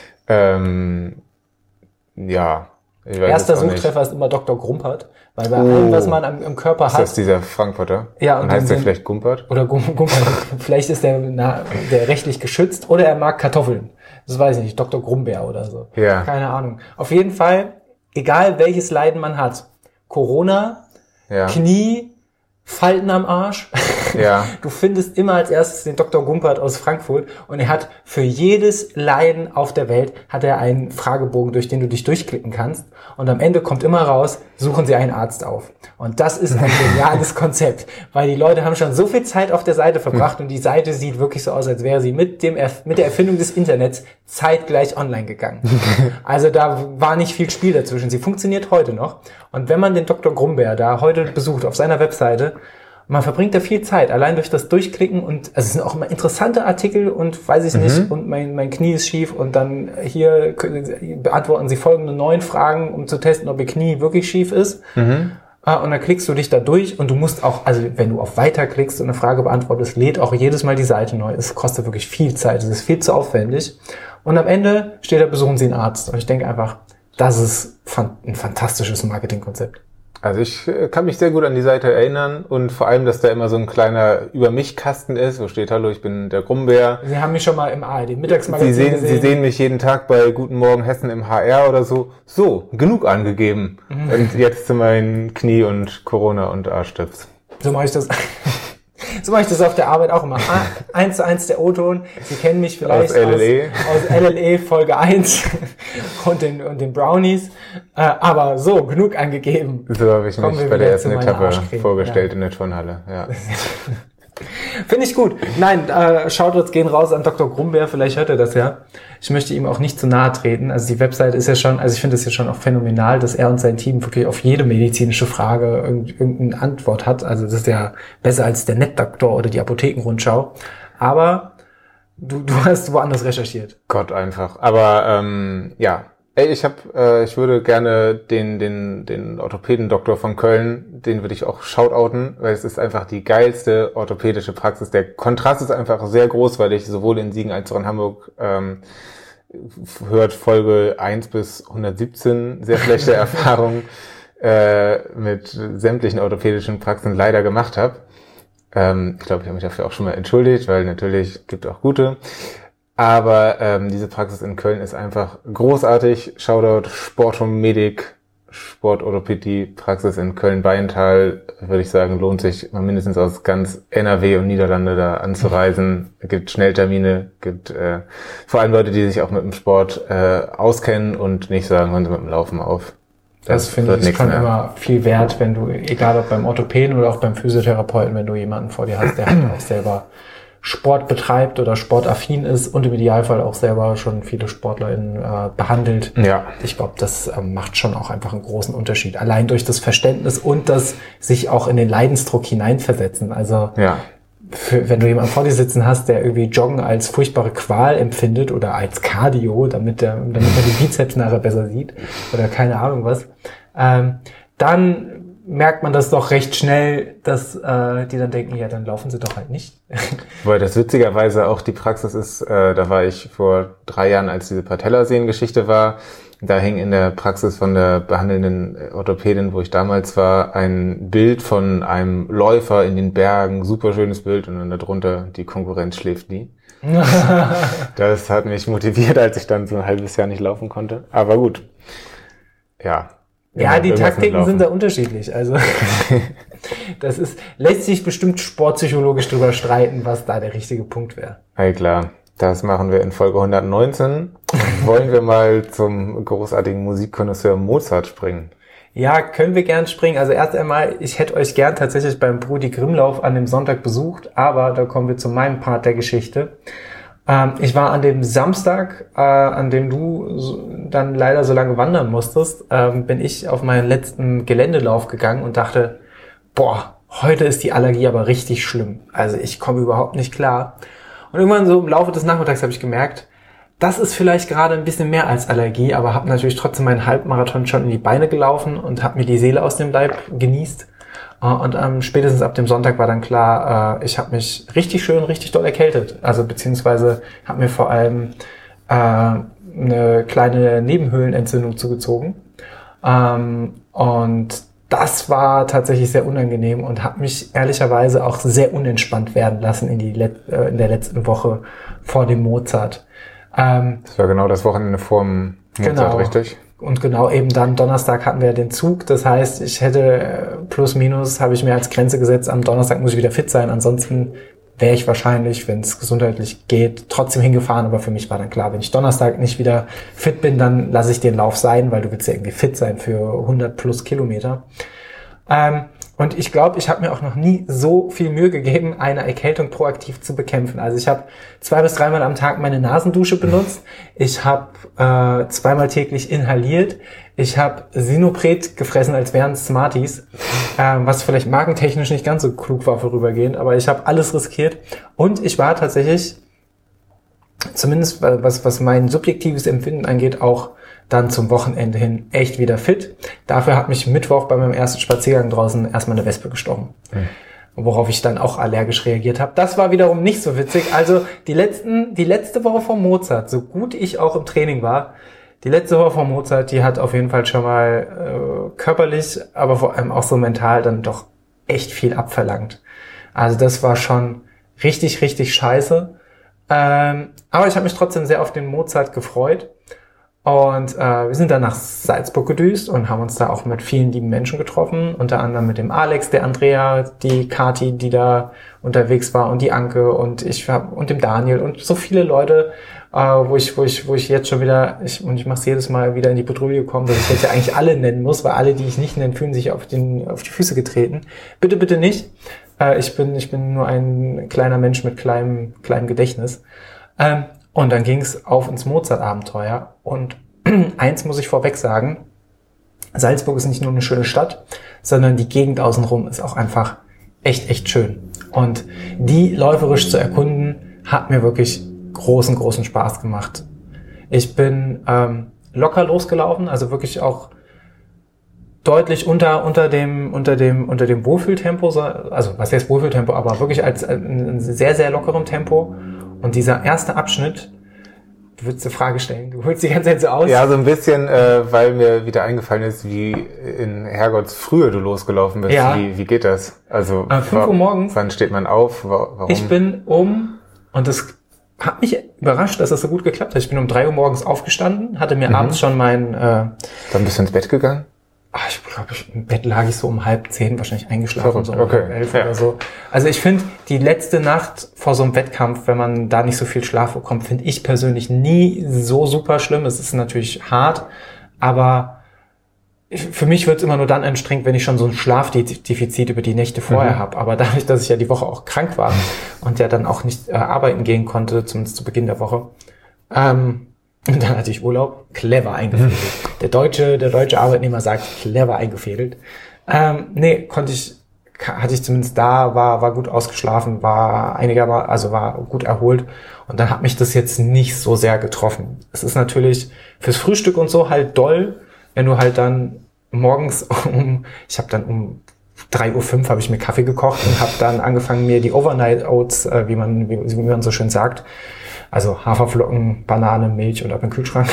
Ich weiß Erster Suchtreffer ist immer Dr. Grumpert, weil bei allem, was man am Körper hat... Ist das dieser Frankfurter? Ja. Und heißt der vielleicht Gumpert? Oder Gumpert. Vielleicht ist der rechtlich geschützt oder er mag Kartoffeln. Das weiß ich nicht, Dr. Grumbeer oder so. Ja. Keine Ahnung. Auf jeden Fall, egal welches Leiden man hat, Corona, Knie, Falten am Arsch. Ja. Du findest immer als erstes den Dr. Gumpert aus Frankfurt und er hat für jedes Leiden auf der Welt hat er einen Fragebogen, durch den du dich durchklicken kannst und am Ende kommt immer raus, suchen Sie einen Arzt auf. Und das ist ein geniales Konzept, weil die Leute haben schon so viel Zeit auf der Seite verbracht und die Seite sieht wirklich so aus, als wäre sie mit der Erfindung des Internets zeitgleich online gegangen. Also da war nicht viel Spiel dazwischen. Sie funktioniert heute noch. Und wenn man den Dr. Grumbeer da heute besucht auf seiner Webseite, man verbringt da viel Zeit, allein durch das Durchklicken und also es sind auch immer interessante Artikel und weiß ich nicht und mein Knie ist schief und dann hier beantworten Sie folgende 9 Fragen, um zu testen, ob Ihr Knie wirklich schief ist. Und dann klickst du dich da durch und du musst auch, also wenn du auf Weiter klickst und eine Frage beantwortest, lädt auch jedes Mal die Seite neu. Es kostet wirklich viel Zeit, es ist viel zu aufwendig. Und am Ende steht da, besuchen Sie einen Arzt. Und ich denke einfach, das ist ein fantastisches Marketingkonzept. Also ich kann mich sehr gut an die Seite erinnern und vor allem, dass da immer so ein kleiner Über-mich-Kasten ist, wo steht, hallo, ich bin der Grumbeer. Sie haben mich schon mal im ARD-Mittagsmagazin gesehen. Sie sehen mich jeden Tag bei Guten Morgen Hessen im HR oder so. So, genug angegeben. Und jetzt zu meinen Knie und Corona und Arschstütz. So mache ich das. So mache ich das auf der Arbeit auch immer. 1:1 der O-Ton. Sie kennen mich vielleicht aus LLE, aus LLE Folge 1 und den Brownies. Aber so, genug angegeben. So habe ich mich bei der ersten Etappe vorgestellt in der Turnhalle. Ja. Finde ich gut. Nein, Shoutouts gehen raus an Dr. Grumbeer, vielleicht hört er das ja. Ich möchte ihm auch nicht zu nahe treten. Also die Website ist ja schon, also ich finde es ja schon auch phänomenal, dass er und sein Team wirklich auf jede medizinische Frage irgendeine Antwort hat. Also das ist ja besser als der Netdoktor oder die Apothekenrundschau. Aber du hast woanders recherchiert. Gott einfach. Aber ja. Ich würde gerne den Orthopädendoktor von Köln, den würde ich auch shoutouten, weil es ist einfach die geilste orthopädische Praxis. Der Kontrast ist einfach sehr groß, weil ich sowohl in Siegen als auch in Hamburg hört Folge 1 bis 117 sehr schlechte Erfahrungen mit sämtlichen orthopädischen Praxen leider gemacht habe. Ich glaube, ich habe mich dafür auch schon mal entschuldigt, weil natürlich gibt auch gute. Aber diese Praxis in Köln ist einfach großartig. Shoutout Sportomedik, Sportorthopädie-Praxis in Köln-Beintal, würde ich sagen, lohnt sich mal mindestens aus ganz NRW und Niederlande da anzureisen. Gibt Schnelltermine, gibt vor allem Leute, die sich auch mit dem Sport auskennen und nicht sagen, hören Sie mit dem Laufen auf. Das finde ich schon immer viel wert, wenn du, egal ob beim Orthopäden oder auch beim Physiotherapeuten, wenn du jemanden vor dir hast, der halt auch selber Sport betreibt oder sportaffin ist und im Idealfall auch selber schon viele SportlerInnen behandelt. Ja. Ich glaube, das macht schon auch einfach einen großen Unterschied. Allein durch das Verständnis und das sich auch in den Leidensdruck hineinversetzen. Also ja. Wenn du jemanden vor dir sitzen hast, der irgendwie Joggen als furchtbare Qual empfindet oder als Cardio, damit er die Bizeps nachher besser sieht oder keine Ahnung was, dann merkt man das doch recht schnell, dass die dann denken, ja, dann laufen sie doch halt nicht. Weil das witzigerweise auch die Praxis ist, da war ich vor 3 Jahren, als diese Patellasehnen-Geschichte war, da hing in der Praxis von der behandelnden Orthopädin, wo ich damals war, ein Bild von einem Läufer in den Bergen, super schönes Bild, und dann darunter, die Konkurrenz schläft nie. Das hat mich motiviert, als ich dann so ein halbes Jahr nicht laufen konnte. Aber gut, ja. Ja, die Taktiken sind da unterschiedlich. Also lässt sich bestimmt sportpsychologisch drüber streiten, was da der richtige Punkt wäre. Hey, klar. Das machen wir in Folge 119. Wollen wir mal zum großartigen Musikkonnoisseur Mozart springen? Ja, können wir gern springen. Also erst einmal, ich hätte euch gern tatsächlich beim Brudi Grimmlauf an dem Sonntag besucht, aber da kommen wir zu meinem Part der Geschichte. Ich war an dem Samstag, an dem du dann leider so lange wandern musstest, bin ich auf meinen letzten Geländelauf gegangen und dachte, boah, heute ist die Allergie aber richtig schlimm. Also ich komme überhaupt nicht klar. Und irgendwann so im Laufe des Nachmittags habe ich gemerkt, das ist vielleicht gerade ein bisschen mehr als Allergie, aber habe natürlich trotzdem meinen Halbmarathon schon in die Beine gelaufen und habe mir die Seele aus dem Leib genießt. Und spätestens ab dem Sonntag war dann klar, ich habe mich richtig schön, richtig doll erkältet. Also beziehungsweise habe mir vor allem eine kleine Nebenhöhlenentzündung zugezogen. Und das war tatsächlich sehr unangenehm und hat mich ehrlicherweise auch sehr unentspannt werden lassen in der letzten Woche vor dem Mozart. Das war genau das Wochenende vor dem Mozart, genau. Richtig? Und genau eben dann Donnerstag hatten wir den Zug. Das heißt, ich hätte plus minus, habe ich mir als Grenze gesetzt, am Donnerstag muss ich wieder fit sein. Ansonsten wäre ich wahrscheinlich, wenn es gesundheitlich geht, trotzdem hingefahren. Aber für mich war dann klar, wenn ich Donnerstag nicht wieder fit bin, dann lasse ich den Lauf sein, weil du willst ja irgendwie fit sein für 100 plus Kilometer. Und ich glaube, ich habe mir auch noch nie so viel Mühe gegeben, eine Erkältung proaktiv zu bekämpfen. Also ich habe 2 bis 3 Mal am Tag meine Nasendusche benutzt. Ich habe 2-mal täglich inhaliert. Ich habe Sinopret gefressen, als wären es Smarties, was vielleicht markentechnisch nicht ganz so klug war vorübergehend. Aber ich habe alles riskiert. Und ich war tatsächlich, zumindest was mein subjektives Empfinden angeht, auch dann zum Wochenende hin echt wieder fit. Dafür hat mich Mittwoch bei meinem ersten Spaziergang draußen erstmal eine Wespe gestochen. Worauf ich dann auch allergisch reagiert habe. Das war wiederum nicht so witzig. Also die letzte Woche vor Mozart, so gut ich auch im Training war, die letzte Woche vor Mozart, die hat auf jeden Fall schon mal körperlich, aber vor allem auch so mental dann doch echt viel abverlangt. Also das war schon richtig, richtig scheiße. Aber ich habe mich trotzdem sehr auf den Mozart gefreut. Und wir sind dann nach Salzburg gedüst und haben uns da auch mit vielen lieben Menschen getroffen, unter anderem mit dem Alex, der Andrea, die Kati, die da unterwegs war und die Anke und ich und dem Daniel und so viele Leute, wo ich jetzt schon wieder, ich mache es jedes Mal wieder in die Bredouille gekommen, dass ich jetzt ja eigentlich alle nennen muss, weil alle, die ich nicht nenne, fühlen sich auf die Füße getreten. Bitte, bitte nicht. Ich bin nur ein kleiner Mensch mit kleinem Gedächtnis. Und dann ging es auf ins Mozart-Abenteuer. Und eins muss ich vorweg sagen, Salzburg ist nicht nur eine schöne Stadt, sondern die Gegend außenrum ist auch einfach echt schön. Und die läuferisch zu erkunden, hat mir wirklich großen Spaß gemacht. Ich bin locker losgelaufen, also wirklich auch deutlich unter dem Wohlfühltempo, also was heißt Wohlfühltempo, aber wirklich als ein sehr lockerem Tempo. Und dieser erste Abschnitt, du würdest eine Frage stellen, du holst die ganze Zeit so aus. Ja, so ein bisschen, weil mir wieder eingefallen ist, wie in Herrgotts Frühe du losgelaufen bist. Ja. Wie geht das? Also 5 Uhr morgens. Wann steht man auf? Warum? Ich bin und das hat mich überrascht, dass das so gut geklappt hat. Ich bin um 3 Uhr morgens aufgestanden, hatte mir abends schon dann bist du ins Bett gegangen? Ich glaube, im Bett lag ich so um 9:30 wahrscheinlich eingeschlafen, so um okay. 11 oder so. Also ich finde, die letzte Nacht vor so einem Wettkampf, wenn man da nicht so viel Schlaf bekommt, finde ich persönlich nie so super schlimm. Es ist natürlich hart, aber für mich wird es immer nur dann anstrengend, wenn ich schon so ein Schlafdefizit über die Nächte vorher habe. Aber dadurch, dass ich ja die Woche auch krank war und ja dann auch nicht arbeiten gehen konnte, zumindest zu Beginn der Woche, und dann hatte ich Urlaub, clever eingefädelt. Der deutsche Arbeitnehmer sagt, clever eingefädelt. Hatte ich zumindest da, war gut ausgeschlafen, war gut erholt. Und dann hat mich das jetzt nicht so sehr getroffen. Es ist natürlich fürs Frühstück und so halt doll, wenn du halt dann morgens um 3:05 Uhr habe ich mir Kaffee gekocht und habe dann angefangen, mir die Overnight Oats, wie man so schön sagt, also Haferflocken, Banane, Milch und ab im Kühlschrank,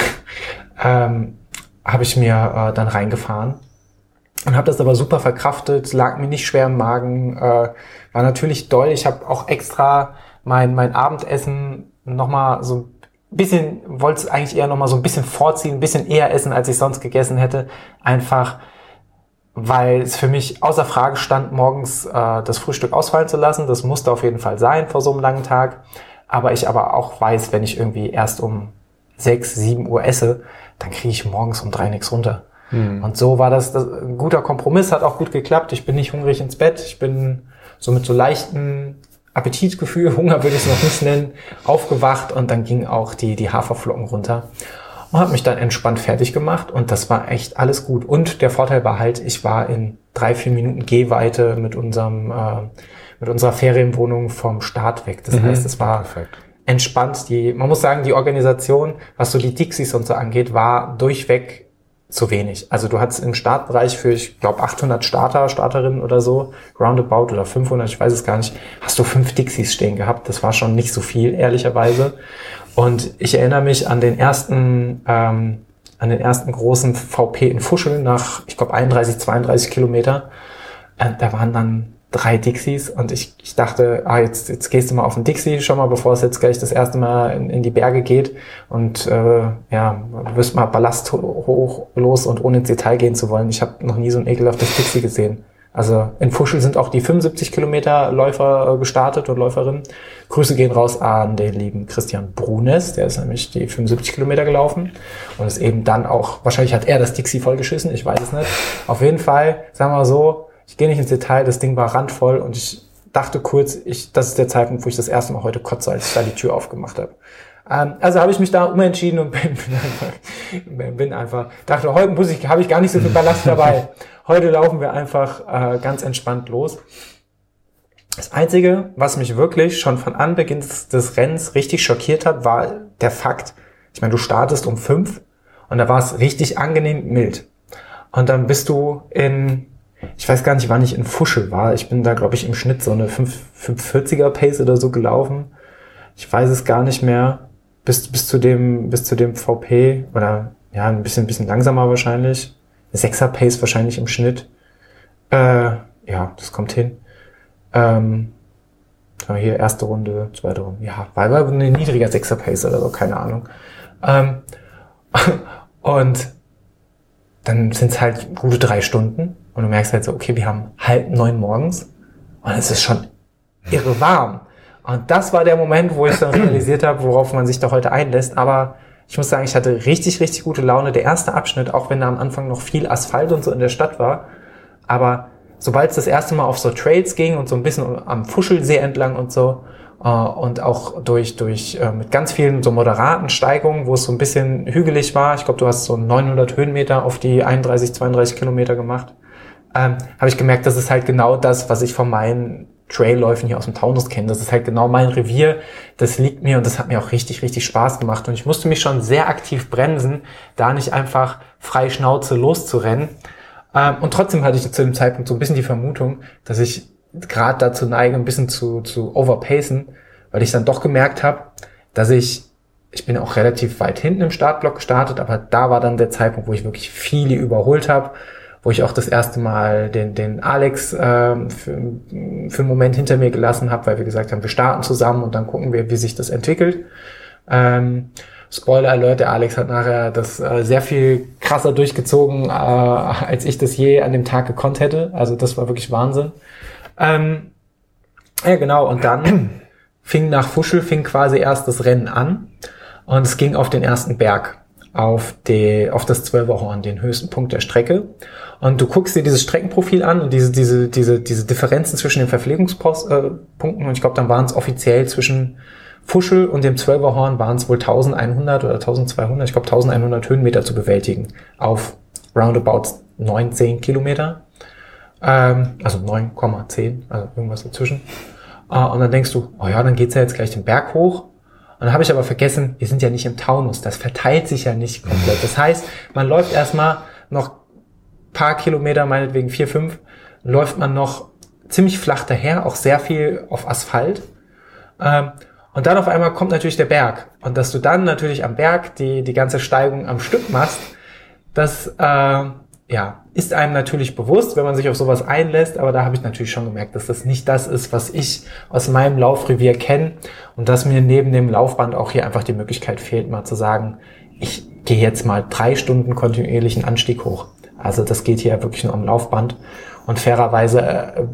habe ich mir dann reingefahren und habe das aber super verkraftet, lag mir nicht schwer im Magen, war natürlich doll. Ich habe auch extra mein Abendessen nochmal so ein bisschen, wollte es eigentlich eher nochmal so ein bisschen vorziehen, ein bisschen eher essen, als ich sonst gegessen hätte, einfach weil es für mich außer Frage stand, morgens das Frühstück ausfallen zu lassen. Das musste auf jeden Fall sein vor so einem langen Tag. Aber ich auch weiß, wenn ich irgendwie erst um 6, 7 Uhr esse, dann kriege ich morgens um 3 nichts runter. Und so war das ein guter Kompromiss, hat auch gut geklappt. Ich bin nicht hungrig ins Bett. Ich bin so mit so leichten Appetitgefühl, Hunger würde ich es noch nicht nennen, aufgewacht und dann ging auch die Haferflocken runter. Und habe mich dann entspannt fertig gemacht und das war echt alles gut. Und der Vorteil war halt, ich war in 3-4 Minuten Gehweite mit unserer Ferienwohnung vom Start weg. Das heißt, es war entspannt. Man muss sagen, die Organisation, was so die Dixies und so angeht, war durchweg zu wenig. Also du hattest im Startbereich für, ich glaube, 800 Starterinnen oder so, roundabout oder 500, ich weiß es gar nicht, hast du 5 Dixies stehen gehabt. Das war schon nicht so viel, ehrlicherweise. Und ich erinnere mich an den ersten großen VP in Fuschel nach, ich glaube, 32 Kilometer. Da waren dann 3 Dixies und ich dachte, jetzt gehst du mal auf den Dixie schon mal, bevor es jetzt gleich das erste Mal in die Berge geht und wirst mal Ballast hoch los und ohne ins Detail gehen zu wollen. Ich habe noch nie so ein ekelhaftes Dixie gesehen. Also in Fuschel sind auch die 75 Kilometer Läufer gestartet und Läuferinnen. Grüße gehen raus an den lieben Christian Brunes, der ist nämlich die 75 Kilometer gelaufen und ist eben dann auch, wahrscheinlich hat er das Dixie vollgeschissen, ich weiß es nicht. Auf jeden Fall, sagen wir mal so, ich gehe nicht ins Detail, das Ding war randvoll und ich dachte kurz, das ist der Zeitpunkt, wo ich das erste Mal heute kotze, als ich da die Tür aufgemacht habe. Also habe ich mich da umentschieden und bin einfach, dachte, heute habe ich gar nicht so viel Ballast dabei. Heute laufen wir einfach ganz entspannt los. Das Einzige, was mich wirklich schon von Anbeginn des Rennens richtig schockiert hat, war der Fakt, ich meine, du startest um 5 und da war es richtig angenehm mild. Und dann bist du ich weiß gar nicht, wann ich in Fuschel war. Ich bin da, glaube ich, im Schnitt so eine 540er Pace oder so gelaufen. Ich weiß es gar nicht mehr. Bis zu dem VP oder ja, ein bisschen langsamer wahrscheinlich. 6er Pace wahrscheinlich im Schnitt. Ja, das kommt hin. Hier erste Runde, zweite Runde. Ja, war ein niedriger 6er Pace oder so, keine Ahnung. Und dann sind es halt gute 3 Stunden und du merkst halt so, okay, wir haben 8:30 morgens und es ist schon irre warm. Und das war der Moment, wo ich dann realisiert habe, worauf man sich da heute einlässt. Aber ich muss sagen, ich hatte richtig, richtig gute Laune. Der erste Abschnitt, auch wenn da am Anfang noch viel Asphalt und so in der Stadt war. Aber sobald es das erste Mal auf so Trails ging und so ein bisschen am Fuschelsee entlang und so, und auch mit ganz vielen so moderaten Steigungen, wo es so ein bisschen hügelig war. Ich glaube, du hast so 900 Höhenmeter auf die 31, 32 Kilometer gemacht. Habe ich gemerkt, das ist halt genau das, was ich von meinen Trailläufen hier aus dem Taunus kenne. Das ist halt genau mein Revier. Das liegt mir und das hat mir auch richtig, richtig Spaß gemacht. Und ich musste mich schon sehr aktiv bremsen, da nicht einfach frei Schnauze loszurennen. Und trotzdem hatte ich zu dem Zeitpunkt so ein bisschen die Vermutung, dass ich gerade dazu neige, ein bisschen zu overpacen, weil ich dann doch gemerkt habe, dass ich bin auch relativ weit hinten im Startblock gestartet, aber da war dann der Zeitpunkt, wo ich wirklich viele überholt habe, wo ich auch das erste Mal den Alex für einen Moment hinter mir gelassen habe, weil wir gesagt haben, wir starten zusammen und dann gucken wir, wie sich das entwickelt. Spoiler Alert, der Alex hat nachher das sehr viel krasser durchgezogen, als ich das je an dem Tag gekonnt hätte. Also das war wirklich Wahnsinn. Ja, genau. Und dann fing quasi erst das Rennen an und es ging auf den ersten Berg, auf das 12er Horn, den höchsten Punkt der Strecke. Und du guckst dir dieses Streckenprofil an und diese Differenzen zwischen den Verpflegungspunkten und ich glaube, dann waren es offiziell zwischen Fuschel und dem 12er Horn waren es wohl 1100 oder 1200, ich glaube 1100 Höhenmeter zu bewältigen auf roundabout 9-10 Kilometer. Also 9,10, also irgendwas dazwischen. Und dann denkst du, oh ja, dann geht's ja jetzt gleich den Berg hoch. Und dann habe ich aber vergessen, wir sind ja nicht im Taunus, das verteilt sich ja nicht komplett. Das heißt, man läuft erstmal noch paar Kilometer, meinetwegen 4, 5, läuft man noch ziemlich flach daher, auch sehr viel auf Asphalt. Und dann auf einmal kommt natürlich der Berg. Und dass du dann natürlich am Berg die ganze Steigung am Stück machst, das ist einem natürlich bewusst, wenn man sich auf sowas einlässt, aber da habe ich natürlich schon gemerkt, dass das nicht das ist, was ich aus meinem Laufrevier kenne und dass mir neben dem Laufband auch hier einfach die Möglichkeit fehlt, mal zu sagen, ich gehe jetzt mal 3 Stunden kontinuierlichen Anstieg hoch. Also das geht hier wirklich nur am Laufband und fairerweise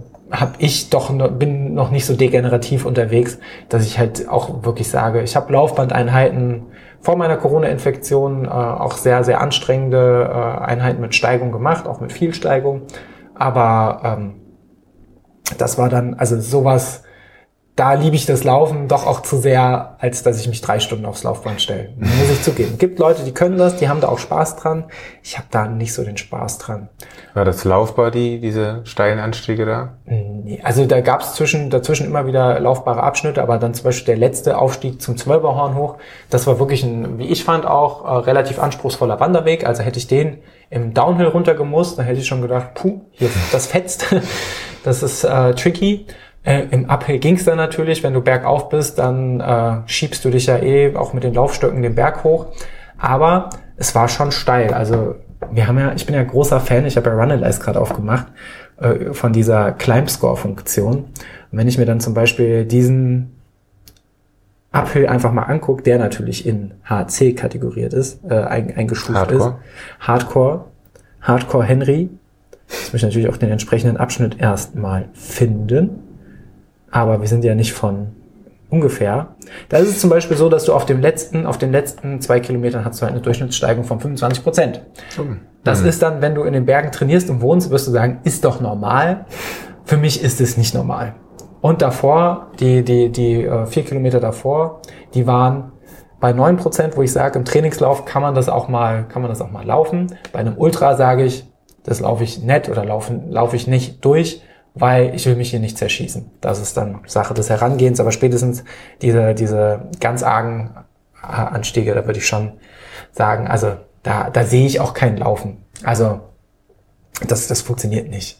bin noch nicht so degenerativ unterwegs, dass ich halt auch wirklich sage, ich habe Laufbandeinheiten vor meiner Corona-Infektion, auch sehr, sehr anstrengende Einheiten mit Steigung gemacht, auch mit viel Steigung. Aber das war dann, also sowas, da liebe ich das Laufen doch auch zu sehr, als dass ich mich 3 Stunden aufs Laufband stelle. Muss ich zugeben. Es gibt Leute, die können das, die haben da auch Spaß dran. Ich habe da nicht so den Spaß dran. War das laufbar, diese steilen Anstiege da? Nee, also da gab es dazwischen immer wieder laufbare Abschnitte, aber dann zum Beispiel der letzte Aufstieg zum 12er Horn hoch, das war wirklich ein, wie ich fand, auch relativ anspruchsvoller Wanderweg. Also hätte ich den im Downhill runtergemusst, dann hätte ich schon gedacht, hier, das fetzt. Das ist tricky. Im Uphill ging's dann natürlich, wenn du bergauf bist, dann schiebst du dich ja auch mit den Laufstöcken den Berg hoch. Aber es war schon steil. Also ich bin ja großer Fan, ich habe ja Runalyze gerade aufgemacht, von dieser Climb-Score-Funktion. Und wenn ich mir dann zum Beispiel diesen Uphill einfach mal angucke, der natürlich in HC kategoriert ist, eingestuft Hardcore. ist. Hardcore Henry. Jetzt muss ich natürlich auch den entsprechenden Abschnitt erstmal finden. Aber wir sind ja nicht von ungefähr. Da ist es zum Beispiel so, dass du auf den letzten 2 Kilometern hast du halt eine Durchschnittssteigung von 25%. Das ist dann, wenn du in den Bergen trainierst und wohnst, wirst du sagen, ist doch normal. Für mich ist es nicht normal. Und davor, die 4 Kilometer davor, die waren bei 9%, wo ich sage, im Trainingslauf kann man das auch mal laufen. Bei einem Ultra sage ich, das laufe ich nicht oder laufe ich nicht durch, weil ich will mich hier nicht zerschießen. Das ist dann Sache des Herangehens, aber spätestens diese ganz argen Anstiege, da würde ich schon sagen, also da sehe ich auch kein Laufen. Also das funktioniert nicht.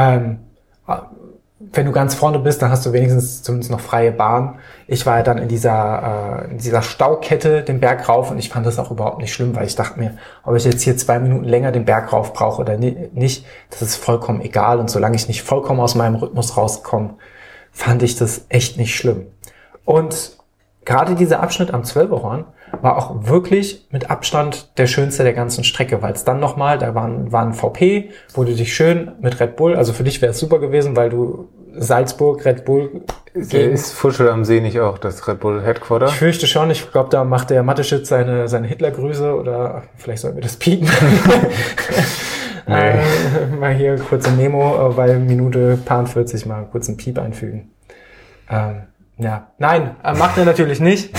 Wenn du ganz vorne bist, dann hast du wenigstens zumindest noch freie Bahn. Ich war ja dann in dieser Staukette den Berg rauf und ich fand das auch überhaupt nicht schlimm, weil ich dachte mir, ob ich jetzt hier 2 Minuten länger den Berg rauf brauche oder nicht, das ist vollkommen egal. Und solange ich nicht vollkommen aus meinem Rhythmus rauskomme, fand ich das echt nicht schlimm. Und gerade dieser Abschnitt am 12er Horn war auch wirklich mit Abstand der schönste der ganzen Strecke, weil es dann nochmal, da war ein VP, wo du dich schön mit Red Bull, also für dich wäre es super gewesen, weil du Salzburg, Red Bull... Ist Fuschel am See nicht auch das Red Bull Headquarter? Ich fürchte schon, ich glaube, da macht der Mateschitz seine Hitlergrüße oder vielleicht sollten wir das piepen. Nee. Mal hier kurze Memo, bei Minute 40 mal kurz einen Piep einfügen. Ja, nein, macht er natürlich nicht.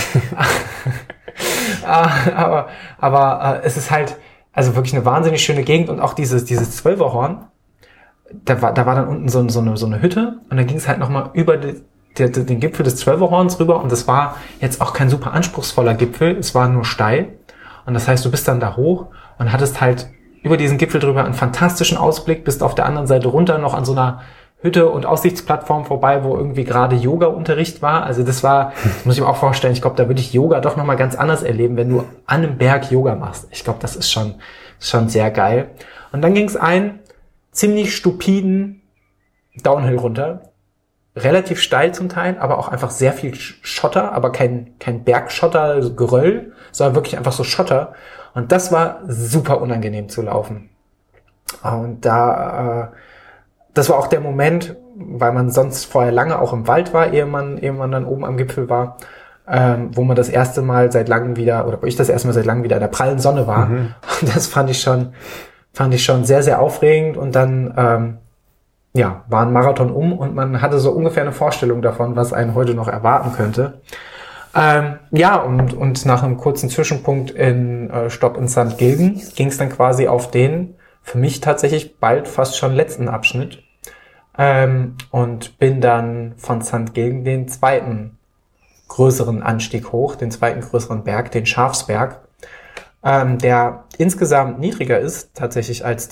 aber es ist halt also wirklich eine wahnsinnig schöne Gegend und auch dieses 12er-Horn. Da war dann unten so eine Hütte und dann ging es halt nochmal über den Gipfel des 12er-Horns rüber und das war jetzt auch kein super anspruchsvoller Gipfel, es war nur steil und das heißt, du bist dann da hoch und hattest halt über diesen Gipfel drüber einen fantastischen Ausblick, bist auf der anderen Seite runter noch an so einer Hütte und Aussichtsplattform vorbei, wo irgendwie gerade Yoga-Unterricht war. Also das muss ich mir auch vorstellen, ich glaube, da würde ich Yoga doch nochmal ganz anders erleben, wenn du an einem Berg Yoga machst. Ich glaube, das ist schon sehr geil. Und dann ging es einen ziemlich stupiden Downhill runter. Relativ steil zum Teil, aber auch einfach sehr viel Schotter, aber kein Bergschotter, also Geröll, sondern wirklich einfach so Schotter. Und das war super unangenehm zu laufen. Und das war auch der Moment, weil man sonst vorher lange auch im Wald war, ehe man dann oben am Gipfel war, wo man das erste Mal seit langem wieder, oder wo ich das erste Mal seit langem wieder in der prallen Sonne war. Mhm. Und das fand ich schon sehr, sehr aufregend. Und dann, war ein Marathon und man hatte so ungefähr eine Vorstellung davon, was einen heute noch erwarten könnte. Und nach einem kurzen Zwischenpunkt in Stopp in St. Gilgen ging es dann quasi auf den für mich tatsächlich bald fast schon letzten Abschnitt und bin dann von St. Gilgen den zweiten größeren Anstieg hoch, den zweiten größeren Berg, den Schafsberg, der insgesamt niedriger ist tatsächlich als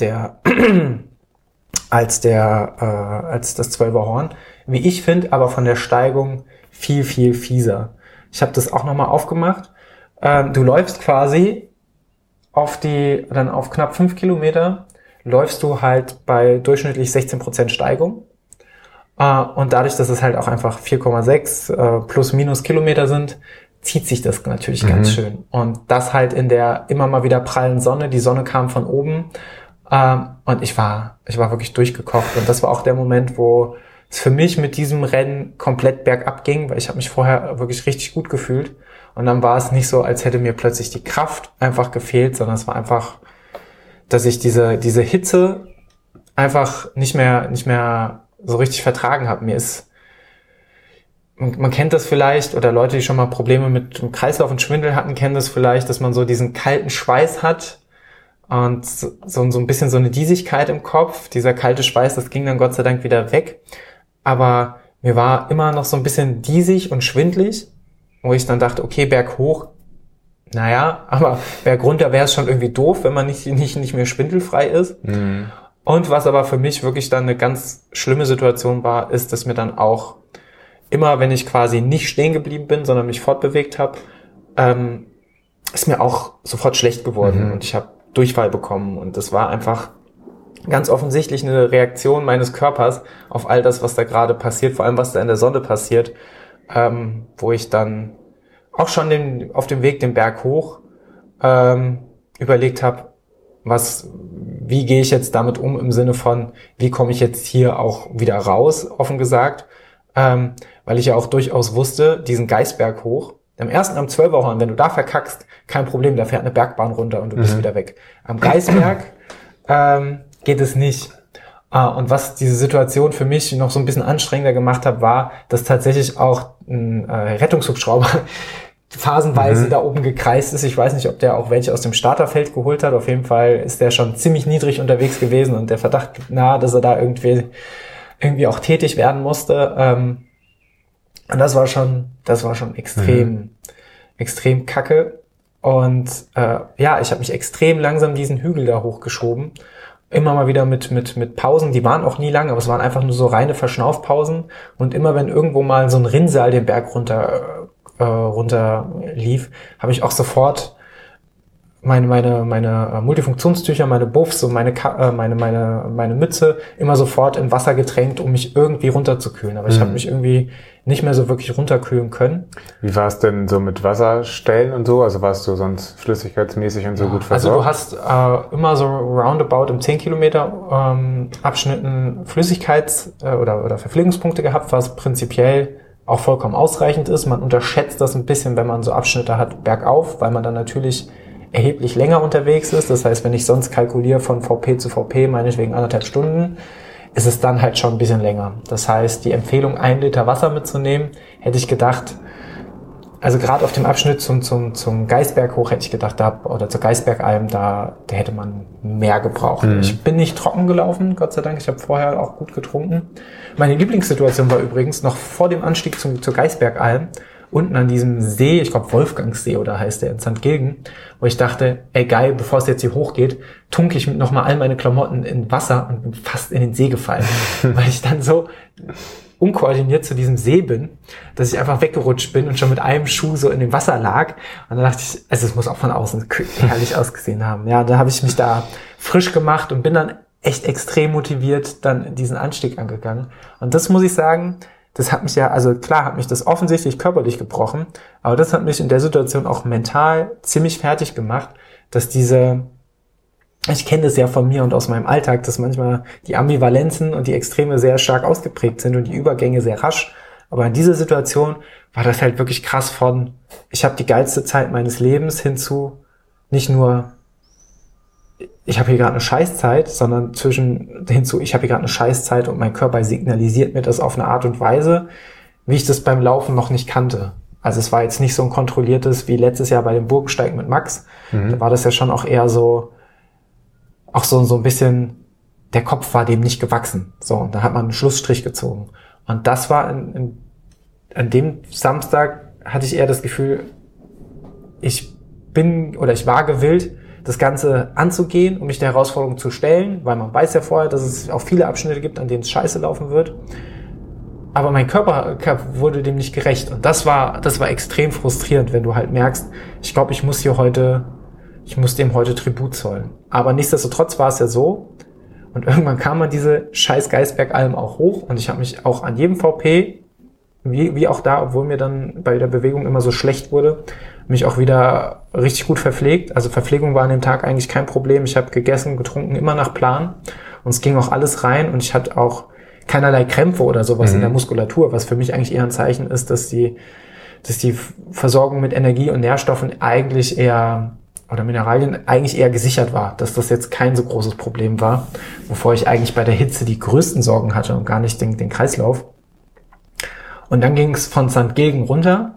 das 12er Horn, wie ich finde, aber von der Steigung viel, viel fieser. Ich habe das auch nochmal aufgemacht. Du läufst quasi auf knapp 5 Kilometer, läufst du halt bei durchschnittlich 16% Steigung. Und dadurch, dass es halt auch einfach 4,6 plus minus Kilometer sind, zieht sich das natürlich ganz schön. Und das halt in der immer mal wieder prallen Sonne. Die Sonne kam von oben. Und ich war wirklich durchgekocht. Und das war auch der Moment, wo es für mich mit diesem Rennen komplett bergab ging, weil ich habe mich vorher wirklich richtig gut gefühlt. Und dann war es nicht so, als hätte mir plötzlich die Kraft einfach gefehlt, sondern es war einfach, dass ich diese Hitze einfach nicht mehr so richtig vertragen habe. Man kennt das vielleicht, oder Leute, die schon mal Probleme mit dem Kreislauf und Schwindel hatten, kennen das vielleicht, dass man so diesen kalten Schweiß hat und so ein bisschen so eine Diesigkeit im Kopf. Dieser kalte Schweiß, das ging dann Gott sei Dank wieder weg. Aber mir war immer noch so ein bisschen diesig und schwindlig, wo ich dann dachte, okay, Berg hoch, naja, aber Berg runter wäre es schon irgendwie doof, wenn man nicht mehr schwindelfrei ist. Mhm. Und was aber für mich wirklich dann eine ganz schlimme Situation war, ist, dass mir dann auch immer, wenn ich quasi nicht stehen geblieben bin, sondern mich fortbewegt habe, ist mir auch sofort schlecht geworden und ich habe Durchfall bekommen. Und das war einfach ganz offensichtlich eine Reaktion meines Körpers auf all das, was da gerade passiert, vor allem was da in der Sonne passiert, wo ich dann auch schon auf dem Weg den Berg hoch überlegt habe, wie gehe ich jetzt damit um, im Sinne von, wie komme ich jetzt hier auch wieder raus, offen gesagt, weil ich ja auch durchaus wusste, diesen Geißberg hoch, am 12er Horn, wenn du da verkackst, kein Problem, da fährt eine Bergbahn runter und du bist wieder weg. Am Geißberg geht es nicht. Und was diese Situation für mich noch so ein bisschen anstrengender gemacht hat, war, dass tatsächlich auch ein Rettungshubschrauber phasenweise da oben gekreist ist. Ich weiß nicht, ob der auch welche aus dem Starterfeld geholt hat. Auf jeden Fall ist der schon ziemlich niedrig unterwegs gewesen und der Verdacht liegt nahe, dass er da irgendwie auch tätig werden musste. Und das war schon extrem kacke. Und ich habe mich extrem langsam diesen Hügel da hochgeschoben. Immer mal wieder mit Pausen, die waren auch nie lang, aber es waren einfach nur so reine Verschnaufpausen. Und immer wenn irgendwo mal so ein Rinnsal den Berg runter lief, habe ich auch sofort meine Multifunktionstücher, meine Buffs und meine Mütze immer sofort in Wasser getränkt, um mich irgendwie runterzukühlen. Aber ich habe mich irgendwie nicht mehr so wirklich runterkühlen können. Wie war es denn so mit Wasserstellen und so? Also warst du sonst flüssigkeitsmäßig und so gut versorgt? Also du hast immer so roundabout im 10 Kilometer Abschnitten oder Verpflegungspunkte gehabt, was prinzipiell auch vollkommen ausreichend ist. Man unterschätzt das ein bisschen, wenn man so Abschnitte hat bergauf, weil man dann natürlich erheblich länger unterwegs ist. Das heißt, wenn ich sonst kalkuliere von VP zu VP, meinetwegen 1,5 Stunden, ist es dann halt schon ein bisschen länger. Das heißt, die Empfehlung, 1 Liter Wasser mitzunehmen, hätte ich gedacht, also gerade auf dem Abschnitt zum Geisberg hoch hätte ich gedacht, oder zur Geisbergalm, da hätte man mehr gebraucht. Ich bin nicht trocken gelaufen, Gott sei Dank. Ich habe vorher auch gut getrunken. Meine Lieblingssituation war übrigens noch vor dem Anstieg zur Geisbergalm, unten an diesem See, ich glaube Wolfgangssee oder heißt der in St. Gilgen, wo ich dachte, ey geil, bevor es jetzt hier hochgeht, tunke ich nochmal all meine Klamotten in Wasser und bin fast in den See gefallen, weil ich dann so unkoordiniert zu diesem See bin, dass ich einfach weggerutscht bin und schon mit einem Schuh so in dem Wasser lag. Und dann dachte ich, also es muss auch von außen herrlich ausgesehen haben. Ja, da habe ich mich da frisch gemacht und bin dann echt extrem motiviert dann diesen Anstieg angegangen. Und das muss ich sagen, das hat mich hat mich das offensichtlich körperlich gebrochen, aber das hat mich in der Situation auch mental ziemlich fertig gemacht, dass ich kenne das ja von mir und aus meinem Alltag, dass manchmal die Ambivalenzen und die Extreme sehr stark ausgeprägt sind und die Übergänge sehr rasch. Aber in dieser Situation war das halt wirklich krass von, ich habe die geilste Zeit meines Lebens hinzu, nicht nur, ich habe hier gerade eine Scheißzeit, sondern hinzu, ich habe hier gerade eine Scheißzeit und mein Körper signalisiert mir das auf eine Art und Weise, wie ich das beim Laufen noch nicht kannte. Also es war jetzt nicht so ein kontrolliertes wie letztes Jahr bei dem Burgensteig mit Max. Da war das ja schon auch eher so ein bisschen, der Kopf war dem nicht gewachsen. So, und da hat man einen Schlussstrich gezogen. Und das war an dem Samstag hatte ich eher das Gefühl, ich war gewillt, das Ganze anzugehen, um mich der Herausforderung zu stellen, weil man weiß ja vorher, dass es auch viele Abschnitte gibt, an denen es scheiße laufen wird. Aber mein Körper wurde dem nicht gerecht. Und das war extrem frustrierend, wenn du halt merkst, ich glaube, ich muss dem heute Tribut zollen. Aber nichtsdestotrotz war es ja so. Und irgendwann kam man diese scheiß Geisbergalm auch hoch. Und ich habe mich auch an jedem VP, wie auch da, obwohl mir dann bei der Bewegung immer so schlecht wurde, mich auch wieder richtig gut verpflegt. Also Verpflegung war an dem Tag eigentlich kein Problem. Ich habe gegessen, getrunken, immer nach Plan. Und es ging auch alles rein. Und ich hatte auch keinerlei Krämpfe oder sowas in der Muskulatur, was für mich eigentlich eher ein Zeichen ist, dass die Versorgung mit Energie und Nährstoffen eigentlich eher, oder Mineralien eigentlich eher gesichert war, dass das jetzt kein so großes Problem war, wovor ich eigentlich bei der Hitze die größten Sorgen hatte und gar nicht den Kreislauf. Und dann ging es von St. Gilgen runter,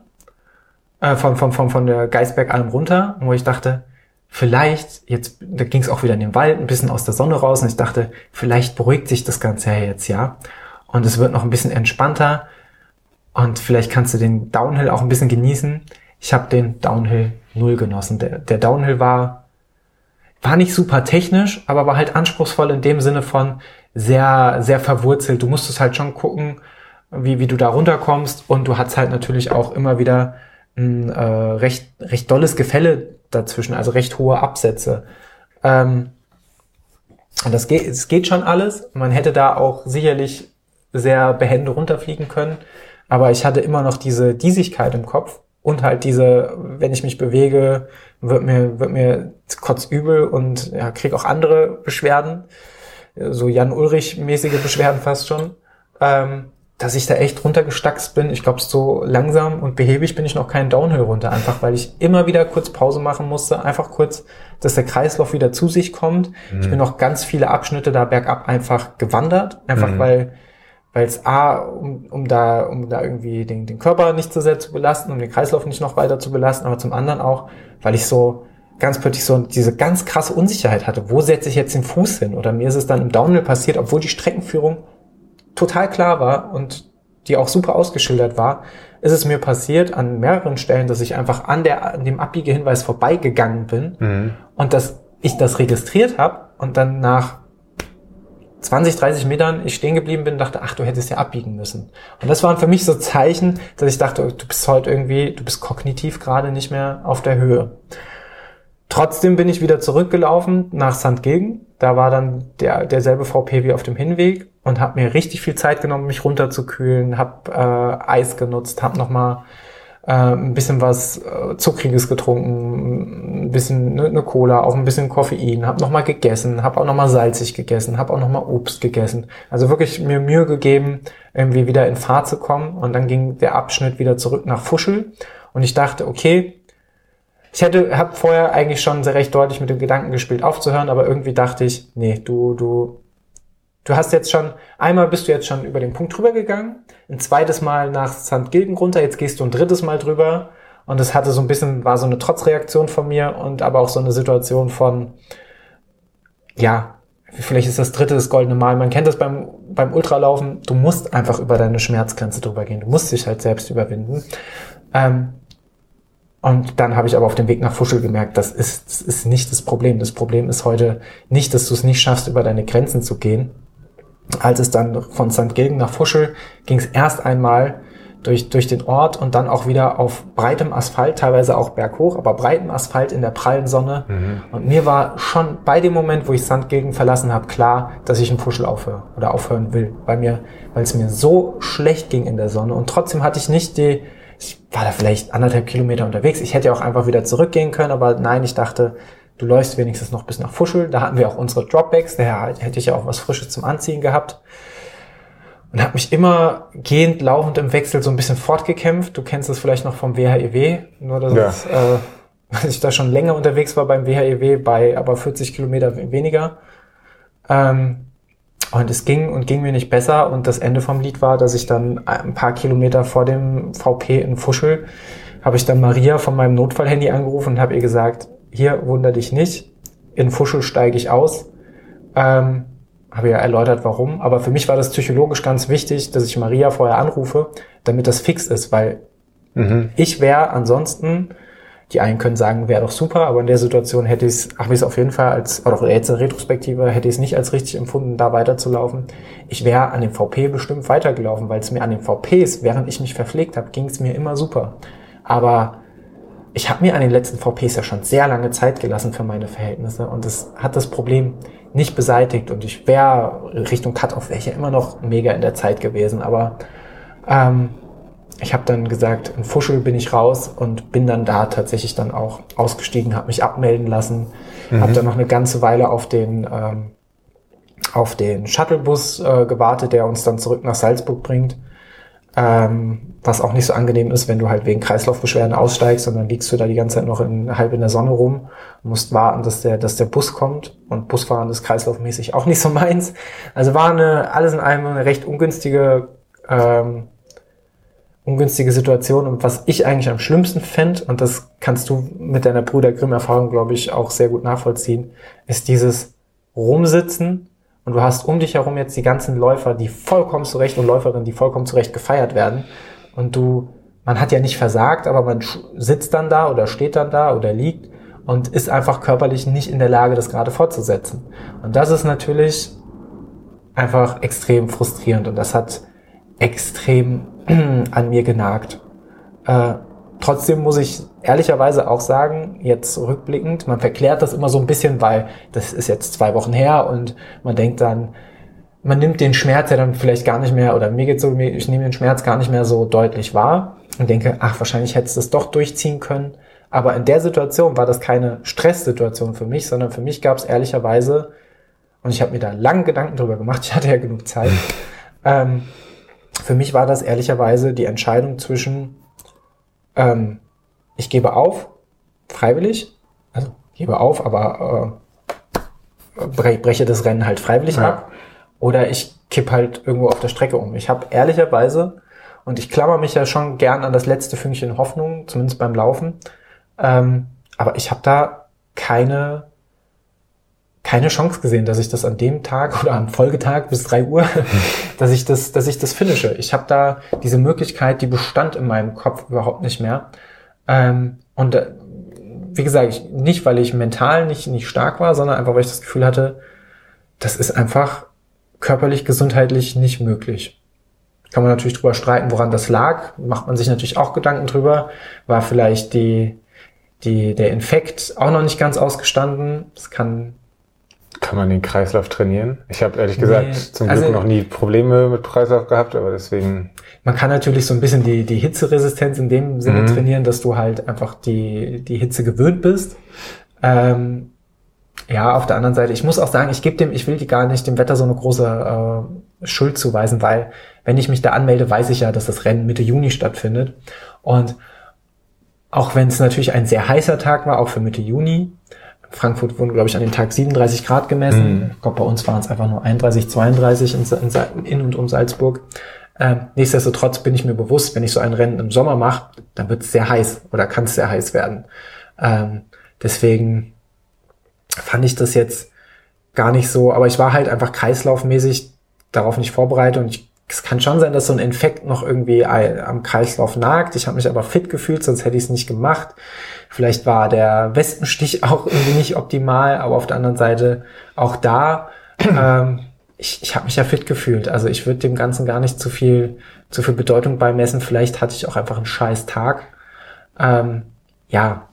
von der Geisbergalm runter, wo ich dachte, vielleicht, da ging es auch wieder in den Wald, ein bisschen aus der Sonne raus und ich dachte, vielleicht beruhigt sich das Ganze ja jetzt, ja. Und es wird noch ein bisschen entspannter und vielleicht kannst du den Downhill auch ein bisschen genießen. Ich habe den Downhill 0 genossen. Der Downhill war nicht super technisch, aber war halt anspruchsvoll in dem Sinne von sehr, sehr verwurzelt. Du musstest halt schon gucken, wie du da runterkommst und du hattest halt natürlich auch immer wieder ein recht dolles Gefälle dazwischen, also recht hohe Absätze. Und es geht schon alles. Man hätte da auch sicherlich sehr behende runterfliegen können, aber ich hatte immer noch diese Diesigkeit im Kopf und halt wenn ich mich bewege, wird mir kotzübel und ja, krieg auch andere Beschwerden, so Jan-Ulrich-mäßige Beschwerden fast schon, dass ich da echt runtergestackst bin. Ich glaube, so langsam und behäbig bin ich noch keinen Downhill runter, einfach weil ich immer wieder kurz Pause machen musste, einfach kurz, dass der Kreislauf wieder zu sich kommt. Ich bin noch ganz viele Abschnitte da bergab einfach gewandert, einfach weil es um da irgendwie den Körper nicht so sehr zu belasten, um den Kreislauf nicht noch weiter zu belasten, aber zum anderen auch, weil ich so ganz plötzlich so diese ganz krasse Unsicherheit hatte. Wo setze ich jetzt den Fuß hin? Oder mir ist es dann im Downhill passiert, obwohl die Streckenführung total klar war und die auch super ausgeschildert war, ist es mir passiert an mehreren Stellen, dass ich einfach an dem Abbiegehinweis vorbeigegangen bin und dass ich das registriert habe und dann nach 20, 30 Metern ich stehen geblieben bin und dachte, ach, du hättest ja abbiegen müssen. Und das waren für mich so Zeichen, dass ich dachte, du bist kognitiv gerade nicht mehr auf der Höhe. Trotzdem bin ich wieder zurückgelaufen nach St. Gilgen. Da war dann derselbe VP wie auf dem Hinweg und habe mir richtig viel Zeit genommen, mich runterzukühlen, habe Eis genutzt, habe nochmal ein bisschen was Zuckriges getrunken, ein bisschen eine Cola, auch ein bisschen Koffein, habe nochmal gegessen, habe auch nochmal salzig gegessen, habe auch nochmal Obst gegessen. Also wirklich mir Mühe gegeben, irgendwie wieder in Fahrt zu kommen. Und dann ging der Abschnitt wieder zurück nach Fuschel und ich dachte, okay, ich habe vorher eigentlich schon sehr recht deutlich mit dem Gedanken gespielt, aufzuhören, aber irgendwie dachte ich, nee, du hast jetzt schon, einmal bist du jetzt schon über den Punkt drüber gegangen, ein zweites Mal nach St. Gilgen runter, jetzt gehst du ein drittes Mal drüber und es hatte so ein bisschen, war so eine Trotzreaktion von mir und aber auch so eine Situation von, ja, vielleicht ist das dritte das goldene Mal, man kennt das beim Ultralaufen, du musst einfach über deine Schmerzgrenze drüber gehen, du musst dich halt selbst überwinden. Und dann habe ich aber auf dem Weg nach Fuschel gemerkt, das ist nicht das Problem. Das Problem ist heute nicht, dass du es nicht schaffst, über deine Grenzen zu gehen. Als es dann von St. Gilgen nach Fuschel ging es erst einmal durch den Ort und dann auch wieder auf breitem Asphalt, teilweise auch berghoch, aber breitem Asphalt in der prallen Sonne. Und mir war schon bei dem Moment, wo ich St. Gilgen verlassen habe, klar, dass ich in Fuschel aufhören will, weil es mir so schlecht ging in der Sonne. Und trotzdem hatte ich nicht ich war da vielleicht 1,5 Kilometer unterwegs. Ich hätte ja auch einfach wieder zurückgehen können, aber nein, ich dachte, du läufst wenigstens noch bis nach Fuschel. Da hatten wir auch unsere Dropbacks, daher hätte ich ja auch was Frisches zum Anziehen gehabt. Und habe mich immer gehend, laufend im Wechsel so ein bisschen fortgekämpft. Du kennst es vielleicht noch vom WHEW, nur dass ich da schon länger unterwegs war beim WHEW, bei aber 40 Kilometer weniger. Und es ging mir nicht besser und das Ende vom Lied war, dass ich dann ein paar Kilometer vor dem VP in Fuschel habe ich dann Maria von meinem Notfallhandy angerufen und habe ihr gesagt, hier, wunder dich nicht, in Fuschel steige ich aus. Habe ja erläutert, warum. Aber für mich war das psychologisch ganz wichtig, dass ich Maria vorher anrufe, damit das fix ist, weil ich wäre ansonsten, die einen können sagen, wäre doch super, aber in der Situation habe ich es auf jeden Fall oder jetzt in Retrospektive, hätte ich es nicht als richtig empfunden, da weiterzulaufen. Ich wäre an dem VP bestimmt weitergelaufen, weil es mir an den VPs, während ich mich verpflegt habe, ging es mir immer super. Aber ich habe mir an den letzten VPs ja schon sehr lange Zeit gelassen für meine Verhältnisse und das hat das Problem nicht beseitigt und ich wäre Richtung Cut-Off wäre ich ja immer noch mega in der Zeit gewesen, aber ich habe dann gesagt, in Fuschel bin ich raus und bin dann da tatsächlich dann auch ausgestiegen, habe mich abmelden lassen, habe dann noch eine ganze Weile auf den Shuttlebus gewartet, der uns dann zurück nach Salzburg bringt, was auch nicht so angenehm ist, wenn du halt wegen Kreislaufbeschwerden aussteigst und dann liegst du da die ganze Zeit noch halb in der Sonne rum und musst warten, dass der Bus kommt und Busfahren ist kreislaufmäßig auch nicht so meins. Also war alles in allem eine recht ungünstige Situation und was ich eigentlich am schlimmsten fände, und das kannst du mit deiner Brüder Grimm-Erfahrung, glaube ich, auch sehr gut nachvollziehen, ist dieses Rumsitzen und du hast um dich herum jetzt die ganzen Läufer, die vollkommen zurecht und Läuferinnen, die vollkommen zurecht gefeiert werden und man hat ja nicht versagt, aber man sitzt dann da oder steht dann da oder liegt und ist einfach körperlich nicht in der Lage, das gerade fortzusetzen. Und das ist natürlich einfach extrem frustrierend und das hat extrem an mir genagt. Trotzdem muss ich ehrlicherweise auch sagen, jetzt rückblickend, man verklärt das immer so ein bisschen, weil das ist jetzt 2 Wochen her und man denkt dann, man nimmt den Schmerz ja dann vielleicht gar nicht mehr, oder mir geht's so, ich nehme den Schmerz gar nicht mehr so deutlich wahr und denke, wahrscheinlich hättest du es doch durchziehen können. Aber in der Situation war das keine Stresssituation für mich, sondern für mich gab es ehrlicherweise, und ich habe mir da lange Gedanken drüber gemacht, ich hatte ja genug Zeit, für mich war das ehrlicherweise die Entscheidung zwischen, ich gebe auf, freiwillig, also gebe auf, aber breche das Rennen halt freiwillig ab, oder ich kipp halt irgendwo auf der Strecke um. Ich habe ehrlicherweise, und ich klammer mich ja schon gern an das letzte Fünkchen Hoffnung, zumindest beim Laufen, aber ich habe da keine Chance gesehen, dass ich das an dem Tag oder am Folgetag bis 3 Uhr, dass ich das finische. Ich habe da diese Möglichkeit, die bestand in meinem Kopf überhaupt nicht mehr. Und wie gesagt, nicht, weil ich mental nicht stark war, sondern einfach, weil ich das Gefühl hatte, das ist einfach körperlich, gesundheitlich nicht möglich. Kann man natürlich drüber streiten, woran das lag. Macht man sich natürlich auch Gedanken drüber. War vielleicht die der Infekt auch noch nicht ganz ausgestanden. Kann man den Kreislauf trainieren? Ich habe ehrlich gesagt zum Glück noch nie Probleme mit Kreislauf gehabt, aber deswegen... Man kann natürlich so ein bisschen die Hitzeresistenz in dem Sinne trainieren, dass du halt einfach die Hitze gewöhnt bist. Ja, auf der anderen Seite, ich muss auch sagen, ich will die gar nicht dem Wetter so eine große Schuld zuweisen, weil wenn ich mich da anmelde, weiß ich ja, dass das Rennen Mitte Juni stattfindet. Und auch wenn es natürlich ein sehr heißer Tag war, auch für Mitte Juni, in Frankfurt wurden, glaube ich, an dem Tag 37 Grad gemessen. Ich glaube, bei uns waren es einfach nur 31, 32 in und um Salzburg. Nichtsdestotrotz bin ich mir bewusst, wenn ich so ein Rennen im Sommer mache, dann wird es sehr heiß oder kann es sehr heiß werden. Deswegen fand ich das jetzt gar nicht so, aber ich war halt einfach kreislaufmäßig darauf nicht vorbereitet und es kann schon sein, dass so ein Infekt noch irgendwie am Kreislauf nagt. Ich habe mich aber fit gefühlt, sonst hätte ich es nicht gemacht. Vielleicht war der Wespenstich auch irgendwie nicht optimal, aber auf der anderen Seite auch da, ich habe mich ja fit gefühlt. Also ich würde dem Ganzen gar nicht zu viel Bedeutung beimessen. Vielleicht hatte ich auch einfach einen scheiß Tag. Ja,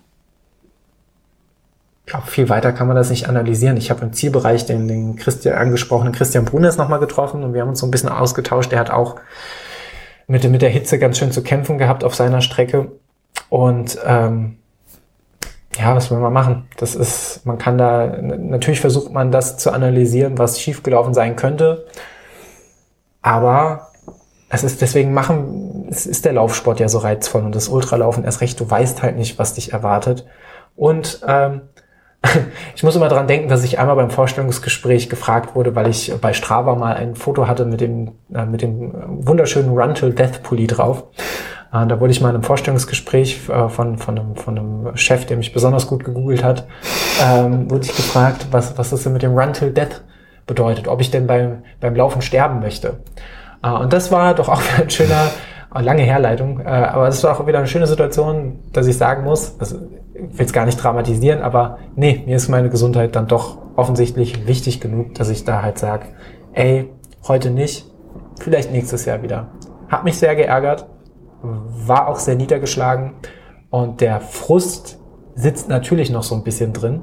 ich glaube, viel weiter kann man das nicht analysieren. Ich habe im Zielbereich den angesprochenen Christian Brunes nochmal getroffen und wir haben uns so ein bisschen ausgetauscht. Der hat auch mit der Hitze ganz schön zu kämpfen gehabt auf seiner Strecke. Und ja, was will man machen? Natürlich versucht man das zu analysieren, was schiefgelaufen sein könnte. Aber es ist der Laufsport ja so reizvoll und das Ultralaufen erst recht. Du weißt halt nicht, was dich erwartet. Und ich muss immer dran denken, dass ich einmal beim Vorstellungsgespräch gefragt wurde, weil ich bei Strava mal ein Foto hatte mit dem wunderschönen Run Till Death Pulli drauf. Da wurde ich mal in einem Vorstellungsgespräch von einem Chef, der mich besonders gut gegoogelt hat, wurde ich gefragt, was das denn mit dem Run Till Death bedeutet, ob ich denn beim Laufen sterben möchte. Und das war doch auch wieder ein schöner, lange Herleitung, aber das war auch wieder eine schöne Situation, dass ich sagen muss, also ich will es gar nicht dramatisieren, aber nee, mir ist meine Gesundheit dann doch offensichtlich wichtig genug, dass ich da halt sage, ey, heute nicht, vielleicht nächstes Jahr wieder. Hat mich sehr geärgert, war auch sehr niedergeschlagen und der Frust sitzt natürlich noch so ein bisschen drin.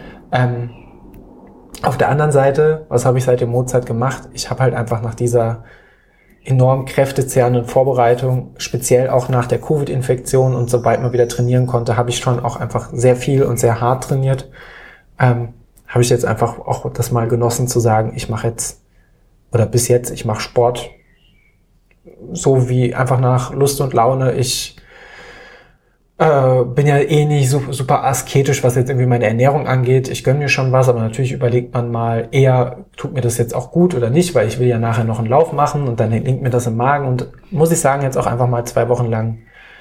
Auf der anderen Seite, was habe ich seit dem Mozart gemacht? Ich habe halt einfach nach dieser enorm kräftezehrenden Vorbereitung, speziell auch nach der Covid-Infektion und sobald man wieder trainieren konnte, habe ich schon auch einfach sehr viel und sehr hart trainiert. Habe ich jetzt einfach auch das mal genossen zu sagen, ich mache Sport so wie einfach nach Lust und Laune. Ich bin ja nicht super asketisch, was jetzt irgendwie meine Ernährung angeht. Ich gönne mir schon was, aber natürlich überlegt man mal eher, tut mir das jetzt auch gut oder nicht, weil ich will ja nachher noch einen Lauf machen und dann liegt mir das im Magen und muss ich sagen, jetzt auch einfach mal 2 Wochen lang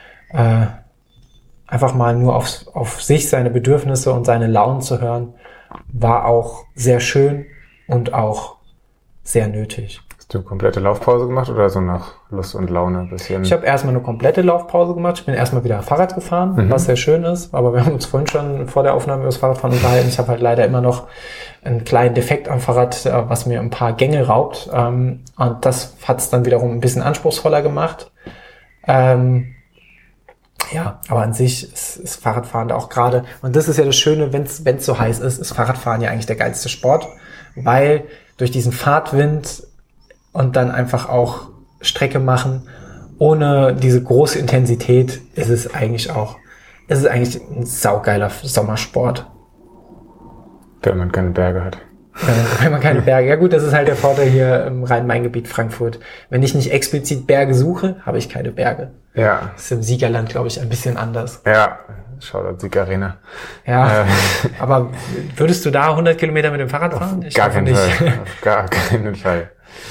einfach mal nur auf sich, seine Bedürfnisse und seine Launen zu hören, war auch sehr schön und auch sehr nötig. Hast du eine komplette Laufpause gemacht oder so nach Lust und Laune ein bisschen? Ich habe erstmal eine komplette Laufpause gemacht. Ich bin erstmal wieder Fahrrad gefahren, was sehr schön ist. Aber wir haben uns vorhin schon vor der Aufnahme über das Fahrradfahren unterhalten. Ich habe halt leider immer noch einen kleinen Defekt am Fahrrad, was mir ein paar Gänge raubt. Und das hat es dann wiederum ein bisschen anspruchsvoller gemacht. Ja, aber an sich ist Fahrradfahren da auch gerade. Und das ist ja das Schöne, wenn es so heiß ist Fahrradfahren ja eigentlich der geilste Sport. Weil durch diesen Fahrtwind und dann einfach auch Strecke machen, ohne diese große Intensität, ist es eigentlich ein saugeiler Sommersport. Wenn man keine Berge hat. Wenn man keine Berge, ja gut, das ist halt der Vorteil hier im Rhein-Main-Gebiet Frankfurt. Wenn ich nicht explizit Berge suche, habe ich keine Berge. Ja. Das ist im Siegerland, glaube ich, ein bisschen anders. Ja, Shoutout Siegerarena. Ja, aber würdest du da 100 Kilometer mit dem Fahrrad fahren? Auf gar keinen Fall. Auf gar keinen Fall.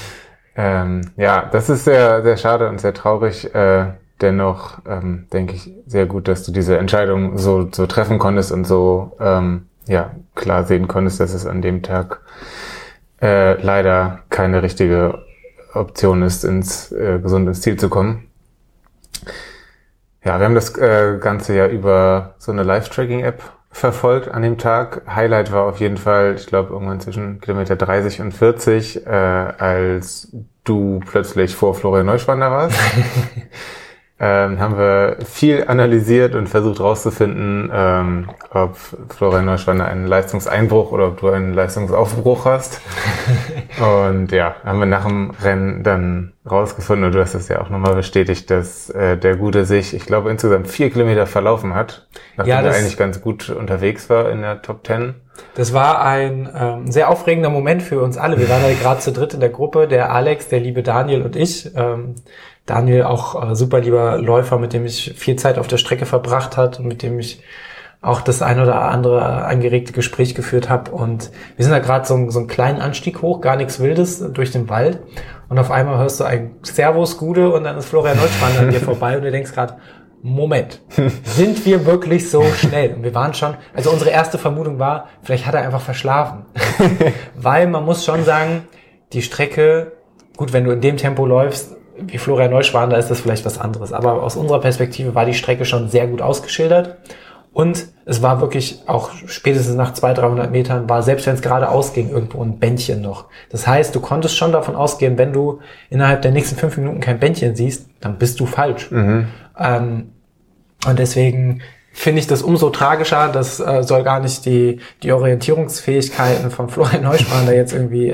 Ja, das ist sehr, sehr schade und sehr traurig. Dennoch denke ich sehr gut, dass du diese Entscheidung so treffen konntest und so klar sehen konntest, dass es an dem Tag leider keine richtige Option ist, gesund ins Ziel zu kommen. Ja, wir haben das Ganze ja über so eine Live-Tracking-App verfolgt an dem Tag. Highlight war auf jeden Fall, ich glaube, irgendwann zwischen Kilometer 30 und 40, als du plötzlich vor Florian Neuschwander warst. haben wir viel analysiert und versucht rauszufinden, ob Florian Neuschwander einen Leistungseinbruch oder ob du einen Leistungsaufbruch hast. Und ja, haben wir nach dem Rennen dann rausgefunden, und du hast es ja auch nochmal bestätigt, dass der Gute sich, ich glaube, insgesamt 4 Kilometer verlaufen hat, nachdem er eigentlich ganz gut unterwegs war in der Top 10. Das war ein sehr aufregender Moment für uns alle. Wir waren ja gerade zu dritt in der Gruppe, der Alex, der liebe Daniel und ich. Daniel auch super lieber Läufer, mit dem ich viel Zeit auf der Strecke verbracht hat und mit dem ich auch das ein oder andere angeregte Gespräch geführt habe. Und wir sind da gerade so einen kleinen Anstieg hoch, gar nichts Wildes, durch den Wald. Und auf einmal hörst du ein Servus, Gude, und dann ist Florian Neuschwander an dir vorbei und du denkst gerade, Moment, sind wir wirklich so schnell? Und wir waren schon, also unsere erste Vermutung war, vielleicht hat er einfach verschlafen. Weil man muss schon sagen, die Strecke, gut, wenn du in dem Tempo läufst, wie Florian Neuschwander, ist das vielleicht was anderes. Aber aus unserer Perspektive war die Strecke schon sehr gut ausgeschildert. Und es war wirklich auch spätestens nach 200-300 Metern, war selbst wenn es geradeaus ging, irgendwo ein Bändchen noch. Das heißt, du konntest schon davon ausgehen, wenn du innerhalb der nächsten 5 Minuten kein Bändchen siehst, dann bist du falsch. Und deswegen finde ich das umso tragischer. Das soll gar nicht die Orientierungsfähigkeiten von Florian Neuschwander jetzt irgendwie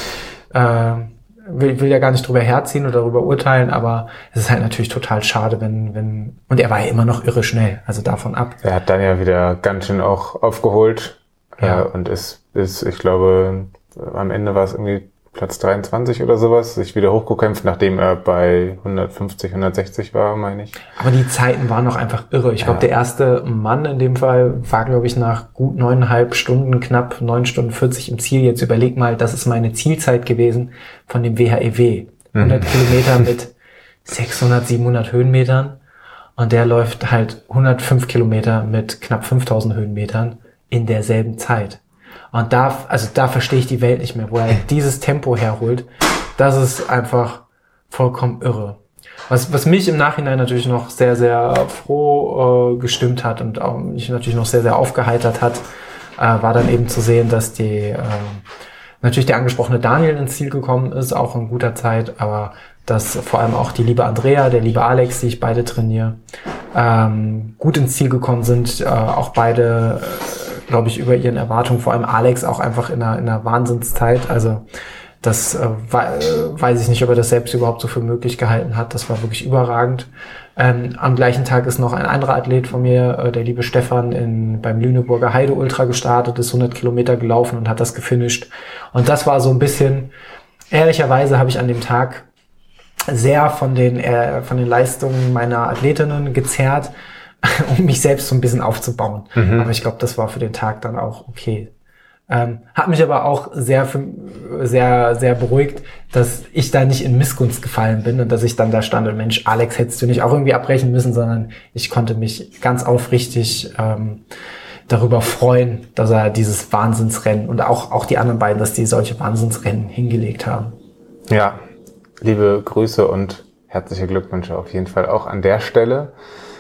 will ja gar nicht drüber herziehen oder darüber urteilen, aber es ist halt natürlich total schade, wenn und er war ja immer noch irre schnell, also davon ab. Er hat dann ja wieder ganz schön auch aufgeholt, und ist, ich glaube, am Ende war es irgendwie Platz 23 oder sowas, sich wieder hochgekämpft, nachdem er bei 150, 160 war, meine ich. Aber die Zeiten waren noch einfach irre. Ich glaube, der erste Mann in dem Fall war, glaube ich, nach gut 9,5 Stunden, knapp 9 Stunden 40 im Ziel. Jetzt überleg mal, das ist meine Zielzeit gewesen von dem WHEW. 100 Kilometer mit 600, 700 Höhenmetern. Und der läuft halt 105 Kilometer mit knapp 5000 Höhenmetern in derselben Zeit. Und da verstehe ich die Welt nicht mehr, wo er dieses Tempo herholt. Das ist einfach vollkommen irre. Was mich im Nachhinein natürlich noch sehr, sehr froh gestimmt hat und auch mich natürlich noch sehr, sehr aufgeheitert hat, war dann eben zu sehen, dass natürlich der angesprochene Daniel ins Ziel gekommen ist, auch in guter Zeit, aber dass vor allem auch die liebe Andrea, der liebe Alex, die ich beide trainiere, gut ins Ziel gekommen sind, auch beide glaube ich, über ihren Erwartungen, vor allem Alex auch einfach in einer Wahnsinnszeit. Also das weiß ich nicht, ob er das selbst überhaupt so für möglich gehalten hat. Das war wirklich überragend. Am gleichen Tag ist noch ein anderer Athlet von mir, der liebe Stefan, beim Lüneburger Heide Ultra gestartet, ist 100 Kilometer gelaufen und hat das gefinisht. Und das war so ein bisschen, ehrlicherweise habe ich an dem Tag sehr von den Leistungen meiner Athletinnen gezerrt, um mich selbst so ein bisschen aufzubauen. Aber ich glaube, das war für den Tag dann auch okay. Hat mich aber auch sehr, sehr, sehr beruhigt, dass ich da nicht in Missgunst gefallen bin und dass ich dann da stand und Mensch, Alex, hättest du nicht auch irgendwie abbrechen müssen, sondern ich konnte mich ganz aufrichtig darüber freuen, dass er dieses Wahnsinnsrennen und auch die anderen beiden, dass die solche Wahnsinnsrennen hingelegt haben. Ja, liebe Grüße und herzliche Glückwünsche auf jeden Fall auch an der Stelle.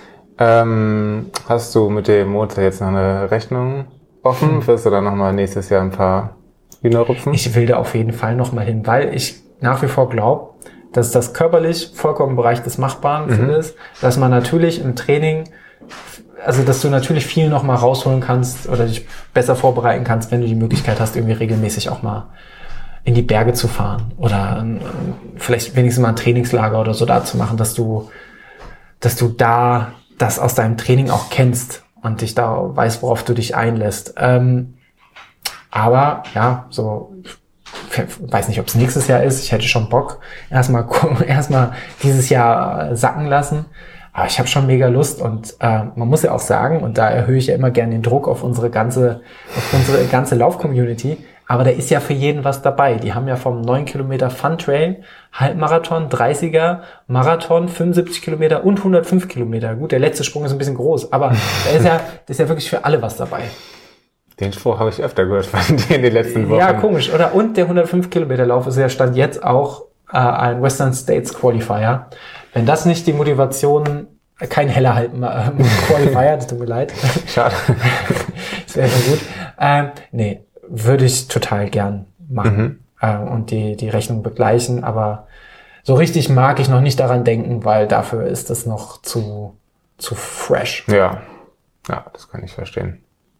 Hast du mit dem Motor jetzt noch eine Rechnung offen? Wirst du dann nochmal nächstes Jahr ein paar Hühner rupfen? Ich will da auf jeden Fall nochmal hin, weil ich nach wie vor glaube, dass das körperlich vollkommen im Bereich des Machbaren ist, dass man natürlich im Training, also dass du natürlich viel nochmal rausholen kannst oder dich besser vorbereiten kannst, wenn du die Möglichkeit hast, irgendwie regelmäßig auch mal in die Berge zu fahren oder vielleicht wenigstens mal ein Trainingslager oder so da zu machen, dass du da das aus deinem Training auch kennst und dich da weißt, worauf du dich einlässt. Aber ja, so, ich weiß nicht, ob es nächstes Jahr ist. Ich hätte schon Bock. Erstmal dieses Jahr sacken lassen. Aber ich habe schon mega Lust und man muss ja auch sagen, und da erhöhe ich ja immer gerne den Druck auf unsere ganze Lauf-Community, aber da ist ja für jeden was dabei. Die haben ja vom 9 Kilometer Fun Trail, Halbmarathon, 30er, Marathon, 75 Kilometer und 105 Kilometer. Gut, der letzte Sprung ist ein bisschen groß, aber da ist ja wirklich für alle was dabei. Den Spruch habe ich öfter gehört von dir in den letzten Wochen. Ja, komisch, oder? Und der 105 Kilometer Lauf ist ja Stand jetzt auch ein Western States Qualifier. Wenn das nicht die Motivation, kein heller Qualifier, das tut mir leid. Schade. Das wäre schon gut. Nee, würde ich total gern machen und die Rechnung begleichen, aber so richtig mag ich noch nicht daran denken, weil dafür ist es noch zu fresh. Ja, das kann ich verstehen.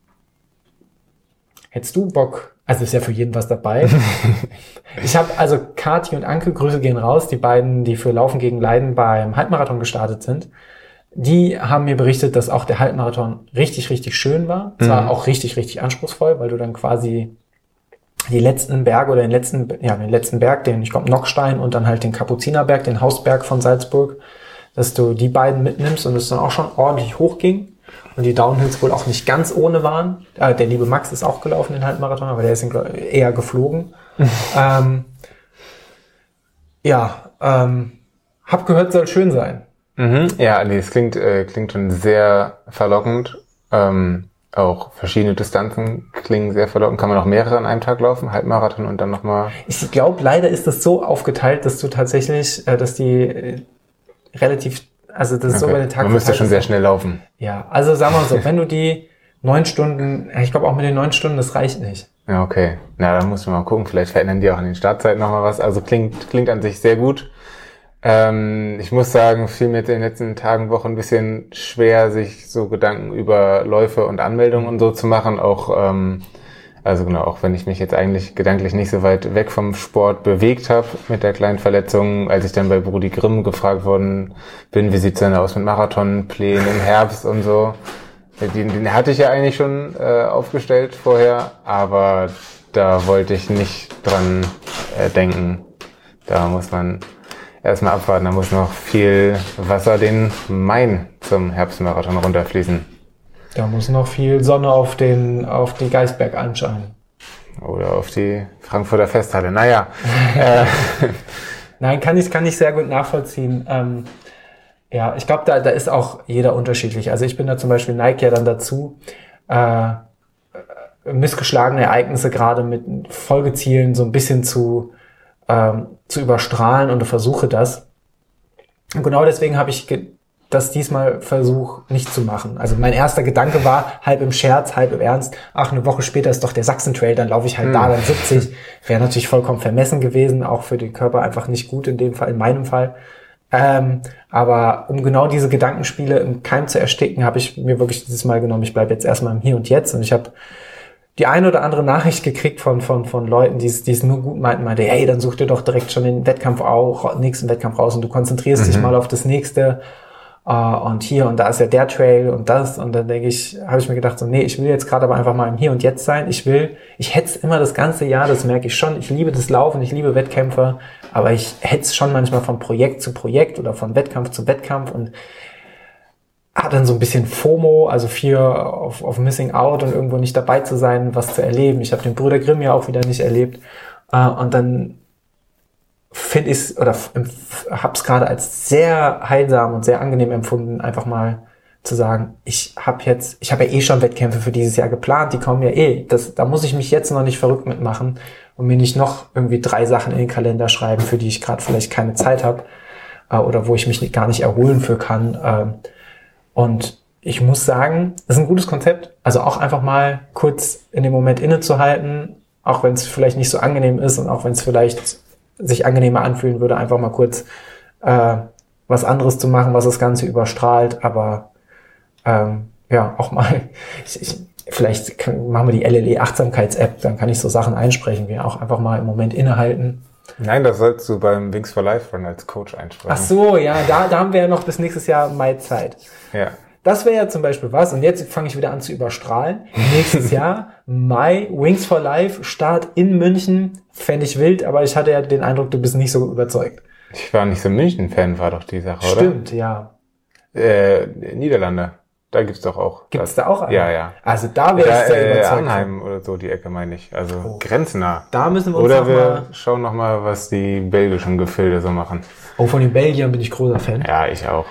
Hättest du Bock? Also ist ja für jeden was dabei. Ich habe also Kati und Anke, Grüße gehen raus, die beiden, die für Laufen gegen Leiden beim Halbmarathon gestartet sind. Die haben mir berichtet, dass auch der Halbmarathon richtig, richtig schön war. Es war auch richtig, richtig anspruchsvoll, weil du dann quasi die letzten Berge oder den letzten Berg, ich glaube Nockstein und dann halt den Kapuzinerberg, den Hausberg von Salzburg, dass du die beiden mitnimmst und es dann auch schon ordentlich hochging. Und die Downhills wohl auch nicht ganz ohne waren. Der liebe Max ist auch gelaufen, den Halbmarathon, aber der ist eher geflogen. Hab gehört, soll schön sein. Ja, nee, es klingt schon sehr verlockend. Auch verschiedene Distanzen klingen sehr verlockend. Kann man auch mehrere an einem Tag laufen? Halbmarathon und dann nochmal? Ich glaube, leider ist das so aufgeteilt, dass du tatsächlich, dass die relativ, also das ist so über den Tag. Man müsste schon sehr schnell laufen. Ja, also sagen wir mal so, wenn du die 9 Stunden, ich glaube auch mit den 9 Stunden, das reicht nicht. Ja, okay. Na, dann muss man mal gucken. Vielleicht verändern die auch an den Startzeiten nochmal was. Also klingt an sich sehr gut. Ich muss sagen, fiel mir jetzt in den letzten Tagen, Wochen ein bisschen schwer, sich so Gedanken über Läufe und Anmeldungen und so zu machen. Auch, auch wenn ich mich jetzt eigentlich gedanklich nicht so weit weg vom Sport bewegt habe mit der kleinen Verletzung, als ich dann bei Brudi Grimm gefragt worden bin, wie sieht's denn aus mit Marathonplänen im Herbst und so. Den hatte ich ja eigentlich schon aufgestellt vorher, aber da wollte ich nicht dran denken. Da muss man erstmal abwarten, da muss noch viel Wasser den Main zum Herbstmarathon runterfließen. Da muss noch viel Sonne auf die Geisberg anscheinen. Oder auf die Frankfurter Festhalle. Naja. Nein, kann ich sehr gut nachvollziehen. Ich glaube, da ist auch jeder unterschiedlich. Also ich bin da zum Beispiel, neige ja dann dazu, missgeschlagene Ereignisse gerade mit Folgezielen so ein bisschen zu überstrahlen und versuche das. Und genau deswegen habe ich das diesmal versucht nicht zu machen. Also mein erster Gedanke war, halb im Scherz, halb im Ernst, eine Woche später ist doch der Sachsen-Trail, dann laufe ich halt da dann 70. Wäre natürlich vollkommen vermessen gewesen, auch für den Körper einfach nicht gut in dem Fall, in meinem Fall. Aber um genau diese Gedankenspiele im Keim zu ersticken, habe ich mir wirklich dieses Mal genommen, ich bleibe jetzt erstmal im Hier und Jetzt und ich habe die eine oder andere Nachricht gekriegt von Leuten, die es nur gut meinten, meinte, hey, dann such dir doch direkt schon den nächsten Wettkampf raus und du konzentrierst dich mal auf das nächste und hier und da ist ja der Trail und das und dann habe ich mir gedacht so, nee, ich will jetzt gerade aber einfach mal im Hier und Jetzt sein. Ich hetze immer das ganze Jahr, das merke ich schon. Ich liebe das Laufen, ich liebe Wettkämpfe, aber ich hetze schon manchmal von Projekt zu Projekt oder von Wettkampf zu Wettkampf und habe dann so ein bisschen FOMO, also Fear of Missing Out und irgendwo nicht dabei zu sein, was zu erleben. Ich habe den Brüder Grimm ja auch wieder nicht erlebt. Und dann finde ich es oder habe es gerade als sehr heilsam und sehr angenehm empfunden, einfach mal zu sagen, ich habe ja eh schon Wettkämpfe für dieses Jahr geplant, die kommen ja eh. Da muss ich mich jetzt noch nicht verrückt mitmachen und mir nicht noch irgendwie 3 Sachen in den Kalender schreiben, für die ich gerade vielleicht keine Zeit habe oder wo ich mich gar nicht erholen für kann. Und ich muss sagen, das ist ein gutes Konzept. Also auch einfach mal kurz in dem Moment innezuhalten, auch wenn es vielleicht nicht so angenehm ist und auch wenn es vielleicht sich angenehmer anfühlen würde, einfach mal kurz was anderes zu machen, was das Ganze überstrahlt. Aber auch mal, vielleicht machen wir die LLE-Achtsamkeits-App, dann kann ich so Sachen einsprechen, wie auch einfach mal im Moment innehalten. Nein, das sollst du beim Wings for Life Run als Coach einsprechen. Ach so, ja, da haben wir ja noch bis nächstes Jahr Mai Zeit. Ja. Das wäre ja zum Beispiel was, und jetzt fange ich wieder an zu überstrahlen. Nächstes Jahr, Mai, Wings for Life, Start in München, fände ich wild, aber ich hatte ja den Eindruck, du bist nicht so überzeugt. Ich war nicht so München-Fan, war doch die Sache, oder? Stimmt, ja. Niederlande, da gibt's doch auch. Gibt's da auch einen? Ja. Also da wäre ich sehr überzeugt. Arnheim oder so, die Ecke meine ich, also grenznah. Da müssen wir uns oder wir schauen nochmal, was die belgischen Gefilde so machen. Oh, von den Belgiern bin ich großer Fan. Ja, ich auch.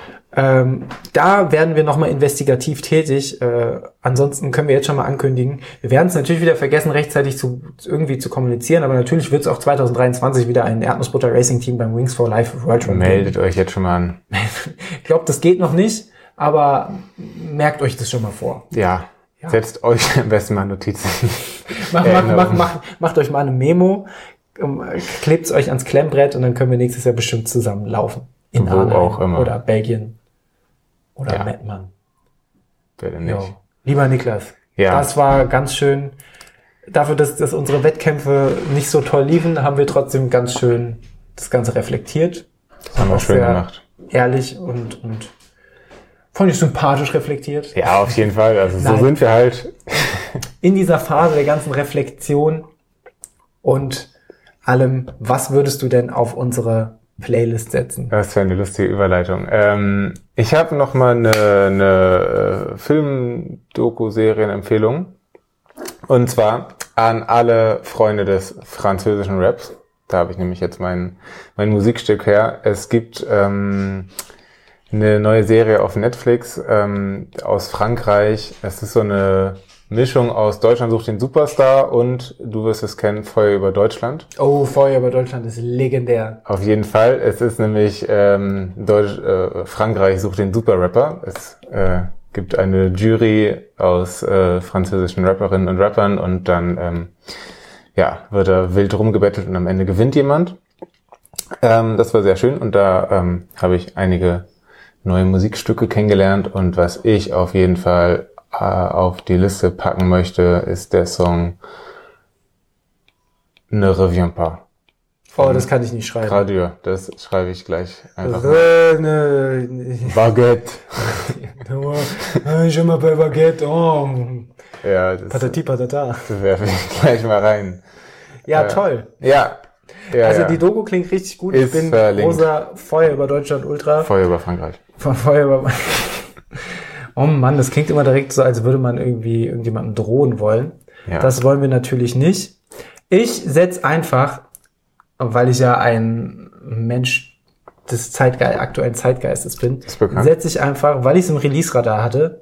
Da werden wir nochmal investigativ tätig. Ansonsten können wir jetzt schon mal ankündigen. Wir werden es natürlich wieder vergessen, rechtzeitig irgendwie zu kommunizieren, aber natürlich wird es auch 2023 wieder ein Erdnussbutter Racing Team beim Wings for Life World Run Meldet euch jetzt schon mal an. Ich glaube, das geht noch nicht, aber merkt euch das schon mal vor. Ja. Setzt euch am besten mal Notizen. Macht euch mal eine Memo. klebt es euch ans Klemmbrett und dann können wir nächstes Jahr bestimmt zusammen laufen. In Wo Arnheim auch immer. oder Belgien oder Mettmann. Wer denn nicht? Jo. Lieber Niklas, Ja. das war ganz schön. Dafür, dass unsere Wettkämpfe nicht so toll liefen, haben wir trotzdem ganz schön das Ganze reflektiert. Das haben wir schön gemacht. Ehrlich und fand ich sympathisch reflektiert. Ja, auf jeden Fall. Also so sind wir halt. In dieser Phase der ganzen Reflexion und allem, was würdest du denn auf unsere Playlist setzen? Das wäre eine lustige Überleitung. Ich habe noch mal eine Film-Doku-Serien-Empfehlung. Und zwar an alle Freunde des französischen Raps. Da habe ich nämlich jetzt mein Musikstück her. Es gibt eine neue Serie auf Netflix aus Frankreich. Es ist so eine Mischung aus Deutschland sucht den Superstar und du wirst es kennen, Feuer über Deutschland. Oh, Feuer über Deutschland ist legendär. Auf jeden Fall. Es ist nämlich Frankreich sucht den Superrapper. Es gibt eine Jury aus französischen Rapperinnen und Rappern und dann wird da wild rumgebettelt und am Ende gewinnt jemand. Das war sehr schön und da habe ich einige neue Musikstücke kennengelernt und was ich auf jeden Fall auf die Liste packen möchte, ist der Song Ne reviens pas. Oh, das kann ich nicht schreiben. Radio, das schreibe ich gleich einfach mal. Baguette. Je m'appelle Baguette. Oh. Ja, das Patati patata. Das werfe ich gleich mal rein. Ja, toll. Ja. Also die Doku klingt richtig gut. Ist ich bin verlinkt. großer Feuer über Deutschland Ultra. Feuer über Frankreich. Feuer über... Oh Mann, das klingt immer direkt so, als würde man irgendwie irgendjemandem drohen wollen. Ja. Das wollen wir natürlich nicht. Ich setze einfach, weil ich ja ein Mensch des aktuellen Zeitgeistes bin, setze ich einfach, weil ich so ein Release-Radar hatte,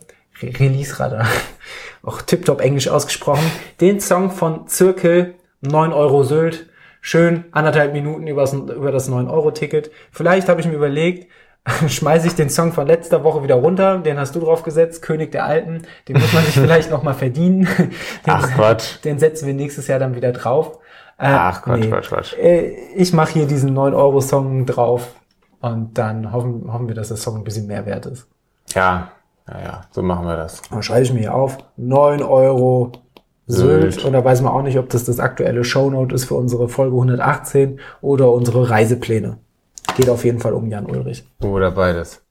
auch tipptopp Englisch ausgesprochen, den Song von Zirkel, 9 Euro Sylt, schön 1,5 Minuten über das 9-Euro-Ticket. Vielleicht habe ich mir überlegt, schmeiße ich den Song von letzter Woche wieder runter, den hast du drauf gesetzt, König der Alten, den muss man sich vielleicht nochmal verdienen. Quatsch. Den setzen wir nächstes Jahr dann wieder drauf. Quatsch. Ich mache hier diesen 9-Euro-Song drauf und dann hoffen wir, dass der Song ein bisschen mehr wert ist. Ja, so machen wir das. Dann schreibe ich mir hier auf, 9 Euro Sylt. Und da weiß man auch nicht, ob das aktuelle Shownote ist für unsere Folge 118 oder unsere Reisepläne. Geht auf jeden Fall um Jan Ulrich. Oder beides.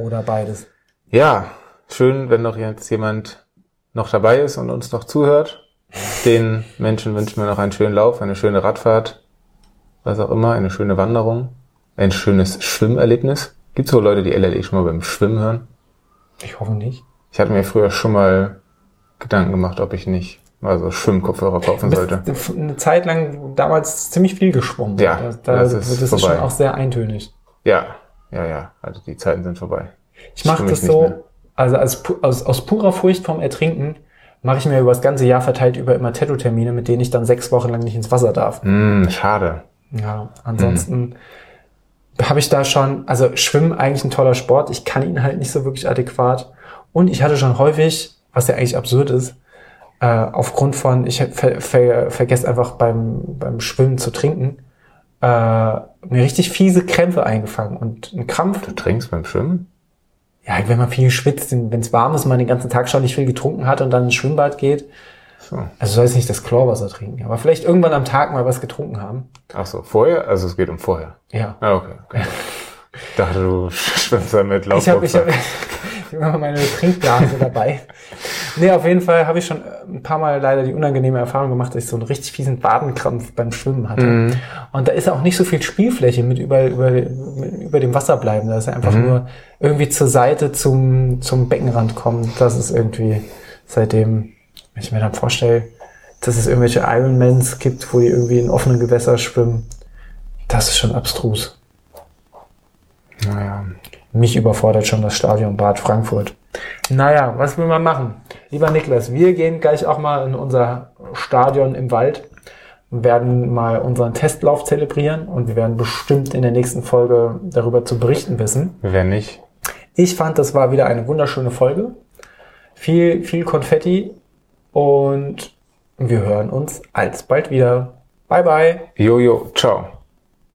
Ja, schön, wenn noch jetzt jemand noch dabei ist und uns noch zuhört. Den Menschen wünschen wir noch einen schönen Lauf, eine schöne Radfahrt, was auch immer, eine schöne Wanderung, ein schönes Schwimmerlebnis. Gibt es so Leute, die LLE schon mal beim Schwimmen hören? Ich hoffe nicht. Ich hatte mir früher schon mal Gedanken gemacht, ob ich nicht mal so Schwimmkopfhörer kaufen sollte. Eine Zeit lang damals ziemlich viel geschwommen. Ja, das ist schon auch sehr eintönig. Ja. Also die Zeiten sind vorbei. Ich mache das so, also aus purer Furcht vom Ertrinken mache ich mir über das ganze Jahr verteilt über immer Tattoo-Termine, mit denen ich dann 6 Wochen lang nicht ins Wasser darf. Schade. Ja, ansonsten habe ich da schon, also Schwimmen eigentlich ein toller Sport, ich kann ihn halt nicht so wirklich adäquat und ich hatte schon häufig, was ja eigentlich absurd ist, aufgrund von, ich vergesse einfach beim Schwimmen zu trinken, mir richtig fiese Krämpfe eingefangen und ein Krampf. Du trinkst beim Schwimmen? Ja, wenn man viel schwitzt, wenn es warm ist, man den ganzen Tag schon nicht viel getrunken hat und dann ins Schwimmbad geht. So. Also soll jetzt nicht das Chlorwasser trinken, aber vielleicht irgendwann am Tag mal was getrunken haben. Ach so, vorher? Also es geht um vorher? Ja. Ah, okay. Ich dachte, du schwimmst da mit Laufrucksack. Ich hab immer meine Trinkblase dabei. Nee, auf jeden Fall habe ich schon ein paar Mal leider die unangenehme Erfahrung gemacht, dass ich so einen richtig fiesen Wadenkrampf beim Schwimmen hatte. Und da ist auch nicht so viel Spielfläche mit über dem Wasser bleiben. Da ist einfach nur irgendwie zur Seite zum Beckenrand kommen. Das ist irgendwie seitdem, wenn ich mir dann vorstelle, dass es irgendwelche Ironmans gibt, wo die irgendwie in offenen Gewässern schwimmen. Das ist schon abstrus. Naja. Mich überfordert schon das Stadion Bad Frankfurt. Naja, was will man machen? Lieber Niklas, wir gehen gleich auch mal in unser Stadion im Wald und werden mal unseren Testlauf zelebrieren und wir werden bestimmt in der nächsten Folge darüber zu berichten wissen. Wer nicht? Ich fand, das war wieder eine wunderschöne Folge. Viel Konfetti und wir hören uns alsbald wieder. Bye, bye. Jojo, ciao.